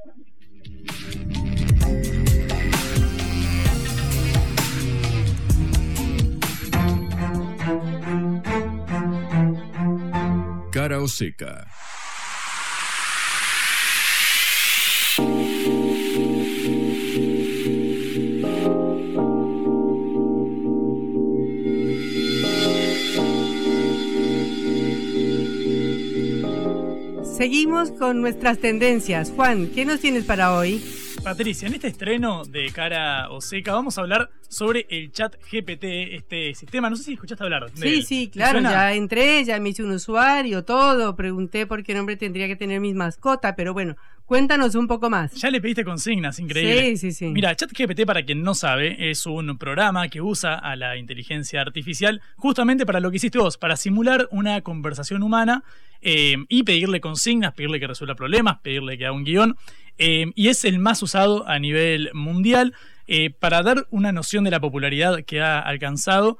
Speaker 10: Cara o Seca.
Speaker 11: seguimos con nuestras tendencias. Juan, ¿qué nos tienes para hoy?
Speaker 12: Patricia, en este estreno de Cara o Seca vamos a hablar sobre el Chat G P T, este sistema. No sé si escuchaste hablar de
Speaker 11: Sí,
Speaker 12: él.
Speaker 11: sí, claro, ya entré, ya me hice un usuario, todo, pregunté por qué nombre tendría que tener mis mascotas, pero bueno, cuéntanos un poco más.
Speaker 12: Ya le pediste consignas, increíble.
Speaker 11: Sí, sí, sí.
Speaker 12: Mira, ChatGPT, para quien no sabe, es un programa que usa a la inteligencia artificial justamente para lo que hiciste vos, para simular una conversación humana eh, y pedirle consignas, pedirle que resuelva problemas, pedirle que haga un guión. Eh, y es el más usado a nivel mundial. Eh, para dar una noción de la popularidad que ha alcanzado,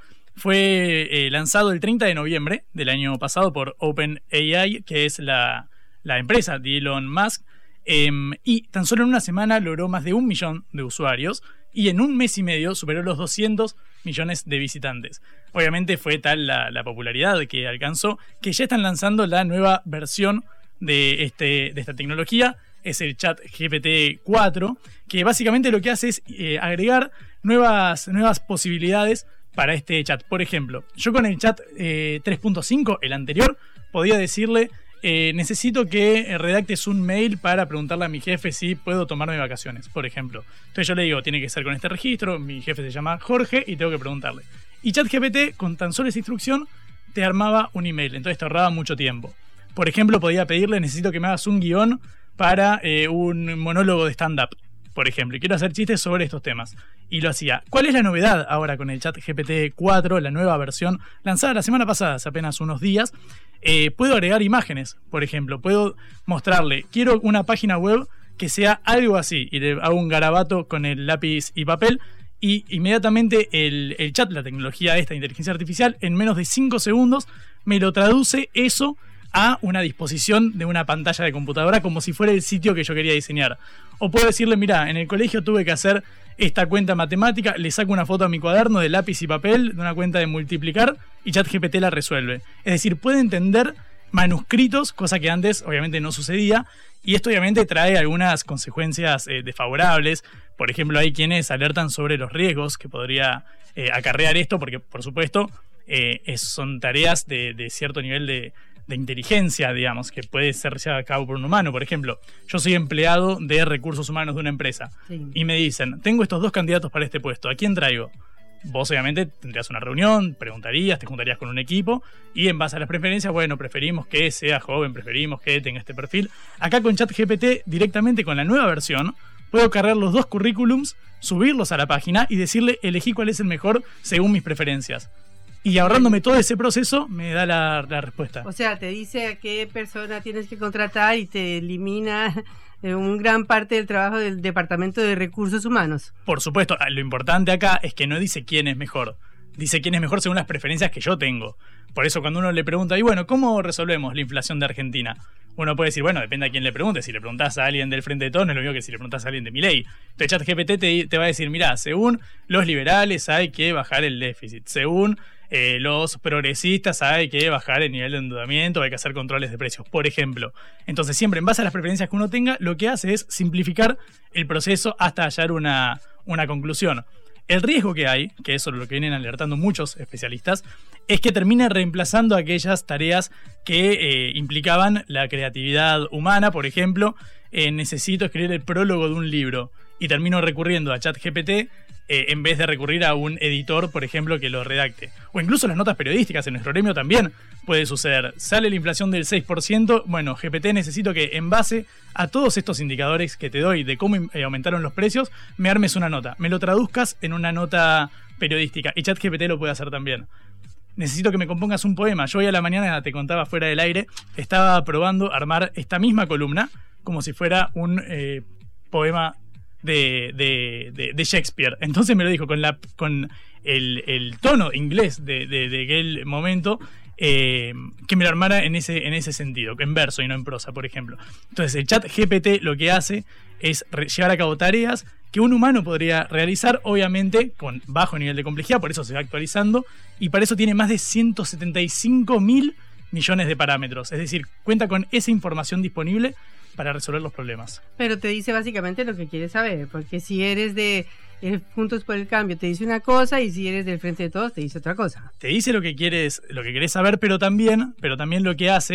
Speaker 12: fue eh, lanzado el treinta de noviembre del año pasado por OpenAI, que es la, la empresa de Elon Musk, eh, y tan solo en una semana logró más de un millón de usuarios y en un mes y medio superó los doscientos millones de visitantes. Obviamente fue tal la, la popularidad que alcanzó que ya están lanzando la nueva versión de, este, de esta tecnología. Es el Chat G P T cuatro, que básicamente lo que hace es eh, agregar nuevas, nuevas posibilidades para este chat. Por ejemplo, yo con el chat eh, tres punto cinco, el anterior, podía decirle, eh, necesito que redactes un mail para preguntarle a mi jefe si puedo tomarme vacaciones, por ejemplo. Entonces yo le digo, tiene que ser con este registro, mi jefe se llama Jorge y tengo que preguntarle. Y ChatGPT, con tan solo esa instrucción, te armaba un email, entonces te ahorraba mucho tiempo. Por ejemplo, podía pedirle, necesito que me hagas un guión para eh, un monólogo de stand-up, por ejemplo, y quiero hacer chistes sobre estos temas. Y lo hacía. ¿Cuál es la novedad ahora con el Chat G P T cuatro, la nueva versión lanzada la semana pasada, hace apenas unos días? Eh, puedo agregar imágenes, por ejemplo. Puedo mostrarle, quiero una página web que sea algo así, y le hago un garabato con el lápiz y papel, y inmediatamente el, el chat, la tecnología esta, inteligencia artificial, en menos de cinco segundos me lo traduce eso a una disposición de una pantalla de computadora como si fuera el sitio que yo quería diseñar. O puedo decirle, mira, en el colegio tuve que hacer esta cuenta matemática, le saco una foto a mi cuaderno de lápiz y papel, de una cuenta de multiplicar, y ChatGPT la resuelve. Es decir, puede entender manuscritos, cosa que antes obviamente no sucedía, y esto obviamente trae algunas consecuencias eh, desfavorables. Por ejemplo, hay quienes alertan sobre los riesgos que podría eh, acarrear esto, porque por supuesto eh, es, son tareas de, de cierto nivel de de inteligencia, digamos, que puede ser llevada a cabo por un humano. Por ejemplo, yo soy empleado de recursos humanos de una empresa, sí, y me dicen, tengo estos dos candidatos para este puesto, ¿a quién traigo? Vos obviamente tendrías una reunión, preguntarías, te juntarías con un equipo y en base a las preferencias, bueno, preferimos que sea joven, preferimos que tenga este perfil. Acá con ChatGPT, directamente con la nueva versión, puedo cargar los dos currículums, subirlos a la página y decirle, elegí cuál es el mejor según mis preferencias. Y ahorrándome todo ese proceso, me da la, la respuesta.
Speaker 11: O sea, te dice a qué persona tienes que contratar y te elimina un gran parte del trabajo del Departamento de Recursos Humanos.
Speaker 12: Por supuesto, lo importante acá es que no dice quién es mejor. Dice quién es mejor según las preferencias que yo tengo. Por eso cuando uno le pregunta, y bueno, ¿cómo resolvemos la inflación de Argentina? Uno puede decir, bueno, depende a quién le pregunte. Si le preguntás a alguien del Frente de Todos, no es lo mismo que si le preguntás a alguien de Milei. Entonces ChatGPT te, te va a decir, mirá, según los liberales hay que bajar el déficit. Según eh, los progresistas hay que bajar el nivel de endeudamiento, hay que hacer controles de precios, por ejemplo. Entonces siempre en base a las preferencias que uno tenga, lo que hace es simplificar el proceso hasta hallar una, una conclusión. El riesgo que hay, que eso es lo que vienen alertando muchos especialistas, es que termine reemplazando aquellas tareas que eh, implicaban la creatividad humana. Por ejemplo, eh, necesito escribir el prólogo de un libro y termino recurriendo a ChatGPT eh, en vez de recurrir a un editor, por ejemplo, que lo redacte. O incluso las notas periodísticas en nuestro gremio también puede suceder. Sale la inflación del seis por ciento, bueno, G P T necesito que en base a todos estos indicadores que te doy de cómo eh, aumentaron los precios, me armes una nota, me lo traduzcas en una nota periodística y ChatGPT lo puede hacer también. Necesito que me compongas un poema. Yo hoy a la mañana, te contaba fuera del aire, estaba probando armar esta misma columna como si fuera un eh, poema de, de, de, de Shakespeare. Entonces me lo dijo con, la, con el, el tono inglés de, de, de aquel momento, eh, que me lo armara en ese, en ese sentido, en verso y no en prosa, por ejemplo. Entonces el chat G P T lo que hace es llevar a cabo tareas que un humano podría realizar, obviamente con bajo nivel de complejidad, por eso se va actualizando, y para eso tiene más de ciento setenta y cinco mil millones de parámetros. Es decir, cuenta con esa información disponible para resolver los problemas.
Speaker 11: Pero te dice básicamente lo que quieres saber, porque si eres de eh, Juntos por el Cambio te dice una cosa, y si eres del Frente de Todos te dice otra cosa.
Speaker 12: Te dice lo que quieres, lo que querés saber, pero también, pero también lo que hace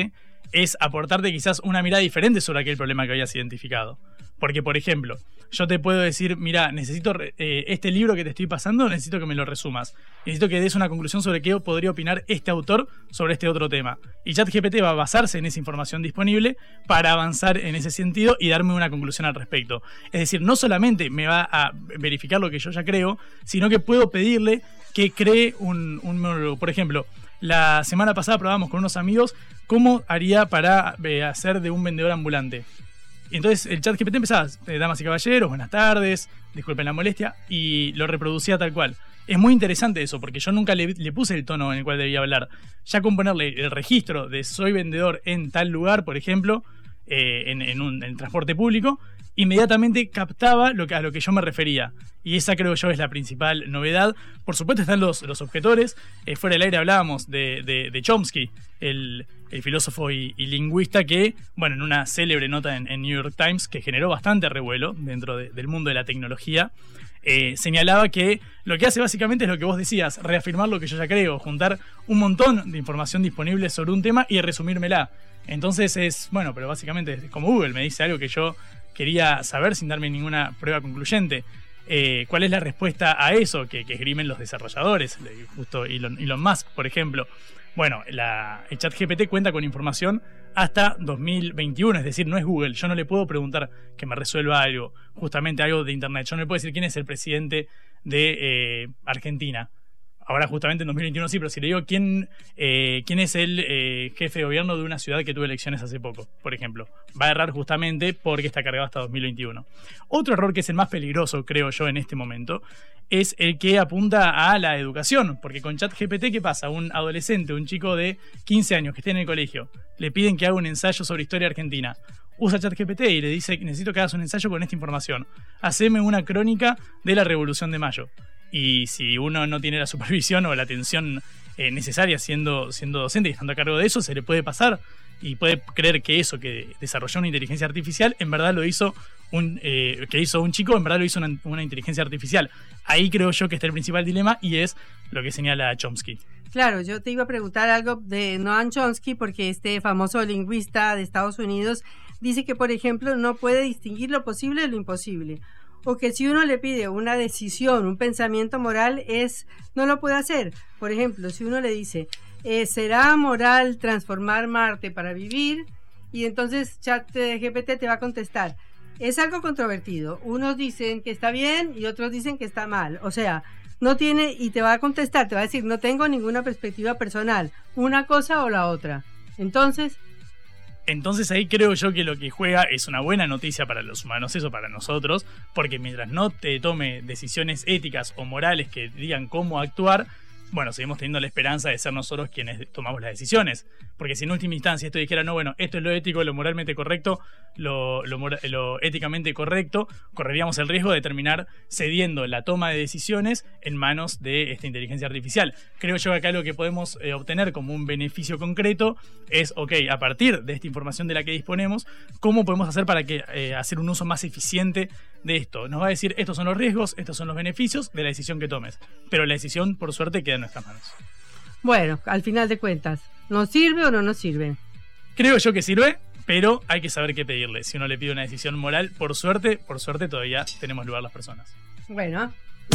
Speaker 12: es aportarte quizás una mirada diferente sobre aquel problema que habías identificado. Porque, por ejemplo, yo te puedo decir, mira, necesito eh, este libro que te estoy pasando, necesito que me lo resumas. Necesito que des una conclusión sobre qué podría opinar este autor sobre este otro tema. Y ChatGPT va a basarse en esa información disponible para avanzar en ese sentido y darme una conclusión al respecto. Es decir, no solamente me va a verificar lo que yo ya creo, sino que puedo pedirle que cree un, un monólogo. Por ejemplo, la semana pasada probamos con unos amigos cómo haría para eh, hacer de un vendedor ambulante. Y entonces el ChatGPT empezaba, eh, damas y caballeros, buenas tardes, disculpen la molestia, y lo reproducía tal cual. Es muy interesante eso, porque yo nunca le, le puse el tono en el cual debía hablar. Ya con ponerle el registro de soy vendedor en tal lugar, por ejemplo, eh, en, en, un, en transporte público, inmediatamente captaba lo que, a lo que yo me refería. Y esa creo yo es la principal novedad. Por supuesto están los, los objetores. Eh, fuera del aire hablábamos de, de, de Chomsky, el, el filósofo y, y lingüista que, bueno, en una célebre nota en, en New York Times, que generó bastante revuelo dentro de, del mundo de la tecnología, eh, señalaba que lo que hace básicamente es lo que vos decías, reafirmar lo que yo ya creo, juntar un montón de información disponible sobre un tema y resumírmela. Entonces es, bueno, pero básicamente es como Google, me dice algo que yo quería saber sin darme ninguna prueba concluyente. Eh, ¿Cuál es la respuesta a eso que, que esgrimen los desarrolladores? Justo Elon, Elon Musk, por ejemplo. Bueno, la, el ChatGPT cuenta con información hasta dos mil veintiuno, es decir, no es Google. Yo no le puedo preguntar que me resuelva algo, justamente algo de Internet. Yo no le puedo decir quién es el presidente de eh, Argentina. Ahora justamente en dos mil veintiuno sí, pero si le digo quién, eh, quién es el eh, jefe de gobierno de una ciudad que tuvo elecciones hace poco, por ejemplo, va a errar justamente porque está cargado hasta dos mil veintiuno. Otro error que es el más peligroso, creo yo, en este momento, es el que apunta a la educación, porque con ChatGPT, ¿qué pasa? Un adolescente, un chico de quince años que esté en el colegio, le piden que haga un ensayo sobre historia argentina. Usa ChatGPT y le dice, necesito que hagas un ensayo con esta información. Haceme una crónica de la Revolución de Mayo. Y si uno no tiene la supervisión o la atención eh, necesaria siendo, siendo docente y estando a cargo de eso, se le puede pasar y puede creer que eso que desarrolló una inteligencia artificial en verdad lo hizo un eh, que hizo un chico, en verdad lo hizo una, una inteligencia artificial. Ahí creo yo que está el principal dilema y es lo que señala Chomsky.
Speaker 11: Claro, yo te iba a preguntar algo de Noam Chomsky porque este famoso lingüista de Estados Unidos dice que, por ejemplo, no puede distinguir lo posible de lo imposible. O que si uno le pide una decisión, un pensamiento moral, es no lo puede hacer. Por ejemplo, si uno le dice, eh, ¿será moral transformar Marte para vivir? Y entonces ChatGPT te va a contestar. Es algo controvertido. Unos dicen que está bien y otros dicen que está mal. O sea, no tiene, y te va a contestar, te va a decir, no tengo ninguna perspectiva personal, una cosa o la otra. Entonces...
Speaker 12: Entonces ahí creo yo que lo que juega es una buena noticia para los humanos, eso para nosotros, porque mientras no te tome decisiones éticas o morales que digan cómo actuar, bueno, seguimos teniendo la esperanza de ser nosotros quienes tomamos las decisiones. Porque si en última instancia esto dijera, no, bueno, esto es lo ético, lo moralmente correcto, lo, lo, lo éticamente correcto, correríamos el riesgo de terminar cediendo la toma de decisiones en manos de esta inteligencia artificial. Creo yo que acá lo que podemos eh, obtener como un beneficio concreto es, ok, a partir de esta información de la que disponemos, ¿cómo podemos hacer para que eh, hacer un uso más eficiente de esto? Nos va a decir, estos son los riesgos, estos son los beneficios de la decisión que tomes. Pero la decisión, por suerte, queda en nuestras manos.
Speaker 11: Bueno, al final de cuentas, ¿nos sirve o no nos sirve?
Speaker 12: Creo yo que sirve, pero hay que saber qué pedirle. Si uno le pide una decisión moral, por suerte, por suerte todavía tenemos lugar las personas.
Speaker 11: Bueno.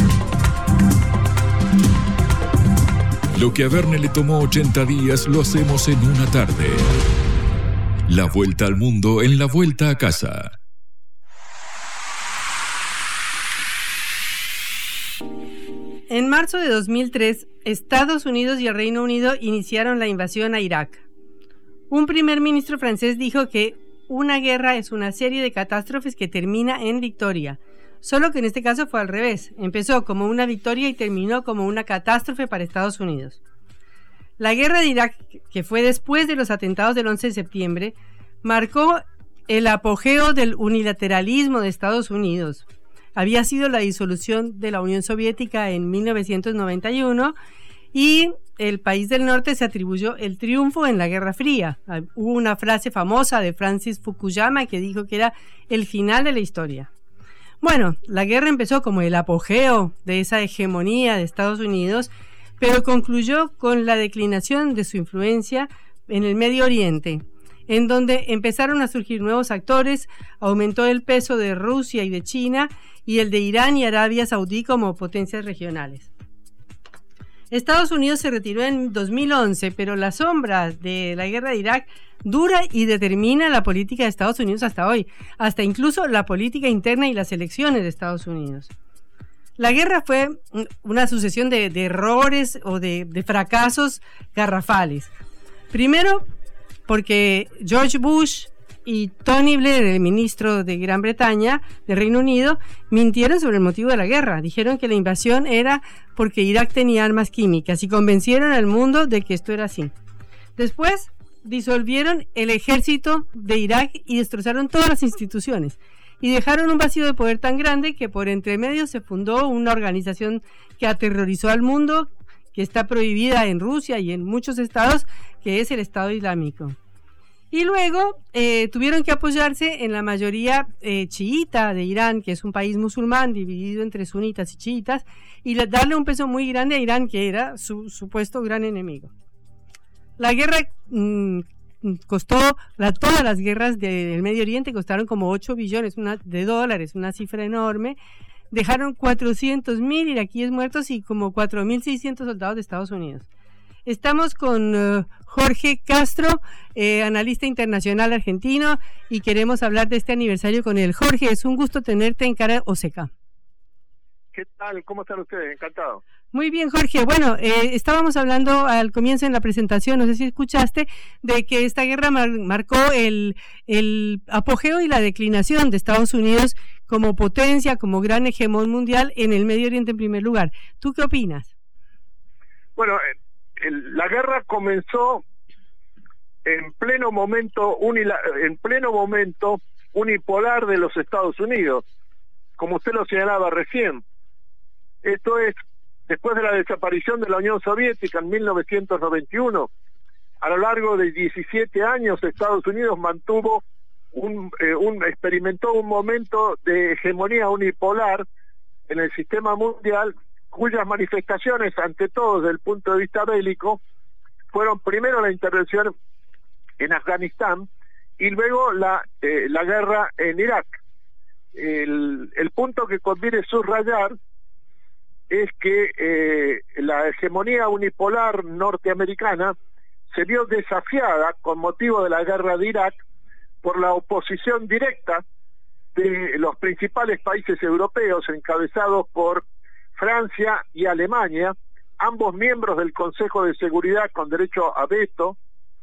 Speaker 10: Lo que a Verne le tomó ochenta días lo hacemos en una tarde. La vuelta al mundo en la vuelta a casa.
Speaker 11: En marzo de dos mil tres, Estados Unidos y el Reino Unido iniciaron la invasión a Irak. Un primer ministro francés dijo que una guerra es una serie de catástrofes que termina en victoria, solo que en este caso fue al revés. Empezó como una victoria y terminó como una catástrofe para Estados Unidos. La guerra de Irak, que fue después de los atentados del once de septiembre, marcó el apogeo del unilateralismo de Estados Unidos. Había sido la disolución de la Unión Soviética en mil novecientos noventa y uno y el país del norte se atribuyó el triunfo en la Guerra Fría. Hubo una frase famosa de Francis Fukuyama que dijo que era el final de la historia. Bueno, la guerra empezó como el apogeo de esa hegemonía de Estados Unidos, pero concluyó con la declinación de su influencia en el Medio Oriente. en donde empezaron a surgir nuevos actores, aumentó el peso de Rusia y de China y el de Irán y Arabia Saudí como potencias regionales. Estados Unidos se retiró en dos mil once, pero la sombra de la guerra de Irak dura y determina la política de Estados Unidos hasta hoy, hasta incluso la política interna y las elecciones de Estados Unidos. La guerra fue una sucesión de, de errores o de, de fracasos garrafales. Primero, porque George Bush y Tony Blair, el ministro de Gran Bretaña, de Reino Unido, mintieron sobre el motivo de la guerra. Dijeron que la invasión era porque Irak tenía armas químicas y convencieron al mundo de que esto era así. Después, disolvieron el ejército de Irak y destrozaron todas las instituciones. Y dejaron un vacío de poder tan grande que por entre medio se fundó una organización que aterrorizó al mundo, que está prohibida en Rusia y en muchos estados, que es el Estado Islámico. Y luego eh, tuvieron que apoyarse en la mayoría eh, chiita de Irán, que es un país musulmán dividido entre sunitas y chiitas, y darle un peso muy grande a Irán, que era su supuesto gran enemigo. La guerra mmm, costó, la, todas las guerras del Medio Oriente costaron como ocho billones una, de dólares, una cifra enorme. Dejaron cuatrocientos mil iraquíes muertos y como cuatro mil seiscientos soldados de Estados Unidos. Estamos con uh, Jorge Castro, eh, analista internacional argentino, y queremos hablar de este aniversario con él. Jorge, es un gusto tenerte en Cara o Seca.
Speaker 13: ¿Qué tal? ¿Cómo están ustedes? Encantado.
Speaker 11: Muy bien, Jorge. Bueno, eh, estábamos hablando al comienzo en la presentación, no sé si escuchaste, de que esta guerra mar marcó el, el apogeo y la declinación de Estados Unidos como potencia, como gran hegemón mundial en el Medio Oriente en primer lugar. ¿Tú qué opinas?
Speaker 13: Bueno, el, la guerra comenzó en pleno momento unila, en pleno momento unipolar de los Estados Unidos, como usted lo señalaba recién. Esto es, después de la desaparición de la Unión Soviética en mil novecientos noventa y uno, a lo largo de diecisiete años Estados Unidos mantuvo un, eh, un experimentó un momento de hegemonía unipolar en el sistema mundial, cuyas manifestaciones, ante todo desde el punto de vista bélico, fueron primero la intervención en Afganistán y luego la, eh, la guerra en Irak. El, el punto que conviene subrayar es que eh, la hegemonía unipolar norteamericana se vio desafiada con motivo de la guerra de Irak por la oposición directa de los principales países europeos encabezados por Francia y Alemania, ambos miembros del Consejo de Seguridad con derecho a veto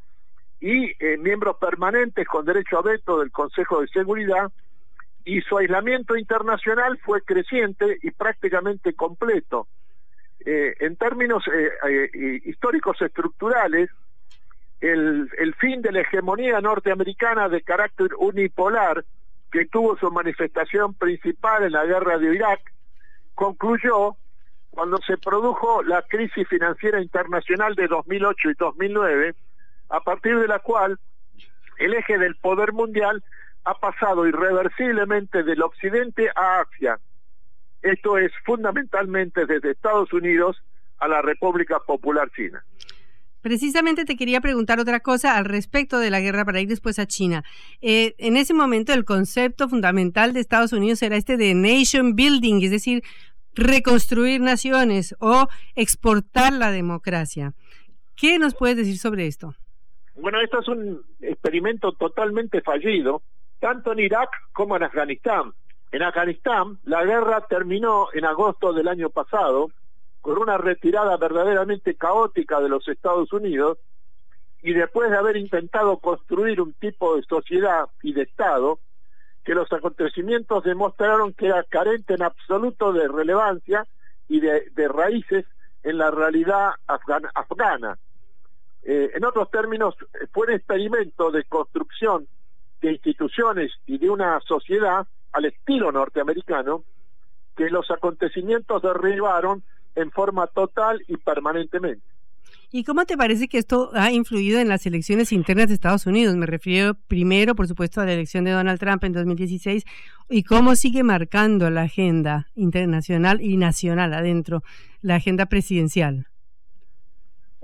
Speaker 13: y eh, miembros permanentes con derecho a veto del Consejo de Seguridad, y su aislamiento internacional fue creciente y prácticamente completo. Eh, en términos eh, eh, históricos estructurales, el, el fin de la hegemonía norteamericana de carácter unipolar, que tuvo su manifestación principal en la guerra de Irak, concluyó cuando se produjo la crisis financiera internacional de dos mil ocho y dos mil nueve, a partir de la cual el eje del poder mundial ha pasado irreversiblemente del occidente a Asia. Esto es fundamentalmente desde Estados Unidos a la República Popular China.
Speaker 11: Precisamente te quería preguntar otra cosa al respecto de la guerra para ir después a China. Eh, en ese momento el concepto fundamental de Estados Unidos era este de nation building, es decir, reconstruir naciones o exportar la democracia. ¿Qué nos puedes decir sobre esto?
Speaker 13: Bueno, esto es un experimento totalmente fallido, tanto en Irak como en Afganistán. En Afganistán, la guerra terminó en agosto del año pasado, con una retirada verdaderamente caótica de los Estados Unidos, y después de haber intentado construir un tipo de sociedad y de Estado, que los acontecimientos demostraron que era carente en absoluto de relevancia y de, de raíces en la realidad afgana. afgana. Eh, en otros términos, fue un experimento de construcción de instituciones y de una sociedad al estilo norteamericano que los acontecimientos derribaron en forma total y permanentemente.
Speaker 11: ¿Y cómo te parece que esto ha influido en las elecciones internas de Estados Unidos? Me refiero primero, por supuesto, a la elección de Donald Trump en dos mil dieciséis y cómo sigue marcando la agenda internacional y nacional adentro, la agenda presidencial.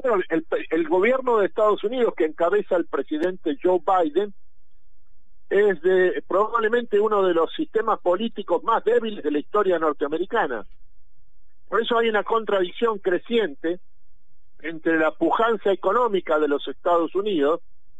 Speaker 13: Bueno, el, el gobierno de Estados Unidos que encabeza el presidente Joe Biden es de, probablemente uno de los sistemas políticos más débiles de la historia norteamericana. Por eso hay una contradicción creciente entre la pujanza económica de los Estados Unidos,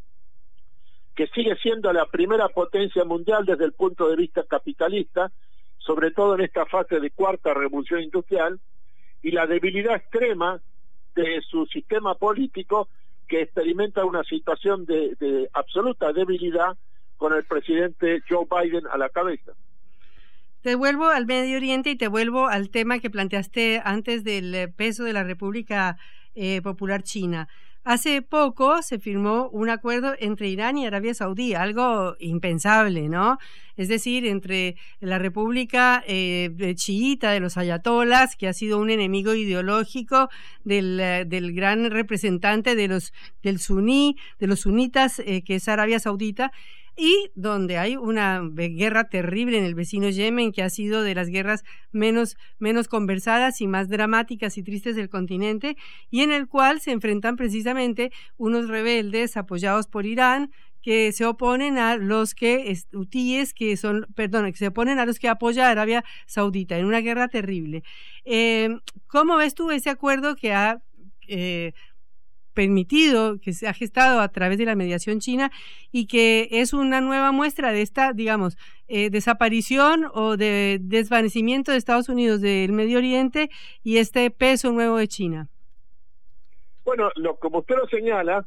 Speaker 13: que sigue siendo la primera potencia mundial desde el punto de vista capitalista, sobre todo en esta fase de cuarta revolución industrial, y la debilidad extrema de su sistema político, que experimenta una situación de, de absoluta debilidad con el presidente Joe Biden a la cabeza.
Speaker 11: Te vuelvo al Medio Oriente y te vuelvo al tema que planteaste antes del peso de la República eh, Popular China. Hace poco se firmó un acuerdo entre Irán y Arabia Saudí, algo impensable, ¿no? Es decir, entre la República eh, chiita de los ayatolas, que ha sido un enemigo ideológico del, del gran representante de los del suní, de los sunitas, eh, que es Arabia Saudita, y donde hay una guerra terrible en el vecino Yemen, que ha sido de las guerras menos, menos conversadas y más dramáticas y tristes del continente, y en el cual se enfrentan precisamente unos rebeldes apoyados por Irán, que se oponen a los que hutíes, que son, perdón, que se oponen a los que apoya a Arabia Saudita en una guerra terrible. Eh, ¿Cómo ves tú ese acuerdo que ha eh, permitido, que se ha gestado a través de la mediación china y que es una nueva muestra de esta, digamos, eh, desaparición o de desvanecimiento de Estados Unidos del Medio Oriente y este peso nuevo de China?
Speaker 13: Bueno, lo, como usted lo señala,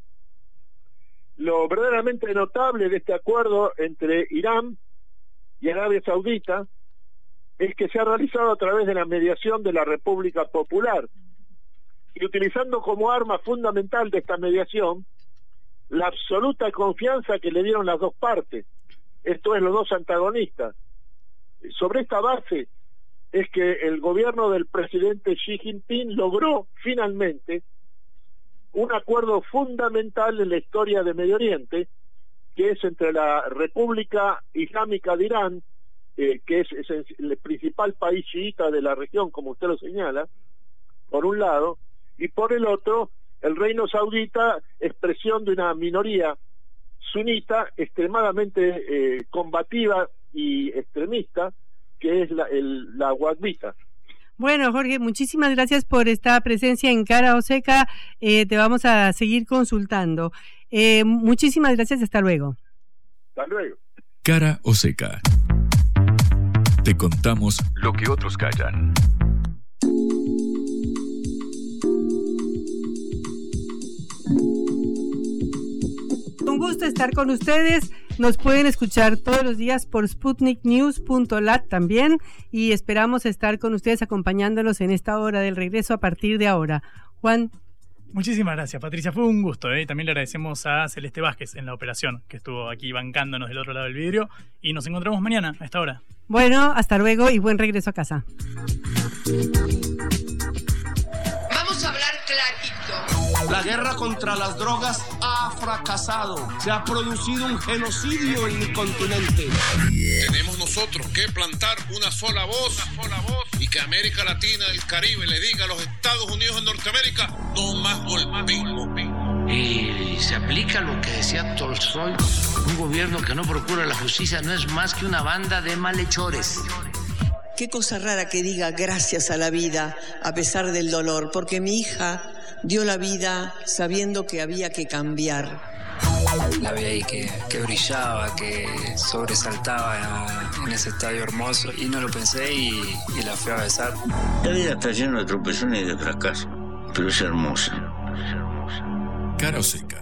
Speaker 13: lo verdaderamente notable de este acuerdo entre Irán y Arabia Saudita es que se ha realizado a través de la mediación de la República Popular, y utilizando como arma fundamental de esta mediación la absoluta confianza que le dieron las dos partes, esto es, los dos antagonistas. Sobre esta base es que el gobierno del presidente Xi Jinping logró finalmente un acuerdo fundamental en la historia de Medio Oriente, que es entre la República Islámica de Irán, eh, que es, es el principal país chiita de la región, como usted lo señala, por un lado, y por el otro, el Reino Saudita, expresión de una minoría sunita extremadamente eh, combativa y extremista, que es la, el, la wahhabita.
Speaker 11: Bueno, Jorge, muchísimas gracias por esta presencia en Cara o Seca. Eh, te vamos a seguir consultando. Eh, muchísimas gracias, hasta luego.
Speaker 13: Hasta luego.
Speaker 10: Cara o Seca. Te contamos lo que otros callan.
Speaker 11: Un gusto estar con ustedes. Nos pueden escuchar todos los días por sputnik news punto lat también, y esperamos estar con ustedes acompañándolos en esta hora del regreso a partir de ahora. Juan.
Speaker 12: Muchísimas gracias, Patricia. Fue un gusto, ¿eh? También le agradecemos a Celeste Vázquez en la operación, que estuvo aquí bancándonos del otro lado del vidrio, y nos encontramos mañana a esta hora.
Speaker 11: Bueno, hasta luego y buen regreso a casa.
Speaker 3: Vamos a hablar clarito.
Speaker 14: La guerra contra las drogas ha fracasado. Se ha producido un genocidio en mi continente.
Speaker 15: Tenemos nosotros que plantar una sola voz, una sola voz, y que América Latina y el Caribe le diga a los Estados Unidos de Norteamérica: no más golpismo.
Speaker 16: Y se aplica lo que decía Tolstoy: un gobierno que no procura la justicia no es más que una banda de malhechores.
Speaker 17: Qué cosa rara que diga gracias a la vida a pesar del dolor, porque mi hija dio la vida sabiendo que había que cambiar.
Speaker 18: La vi ahí que, que brillaba, que sobresaltaba en ese estadio hermoso, y no lo pensé y, y la fui a besar.
Speaker 19: La vida está llena de tropezones y de fracasos, pero es hermosa.
Speaker 10: Cara o Seca.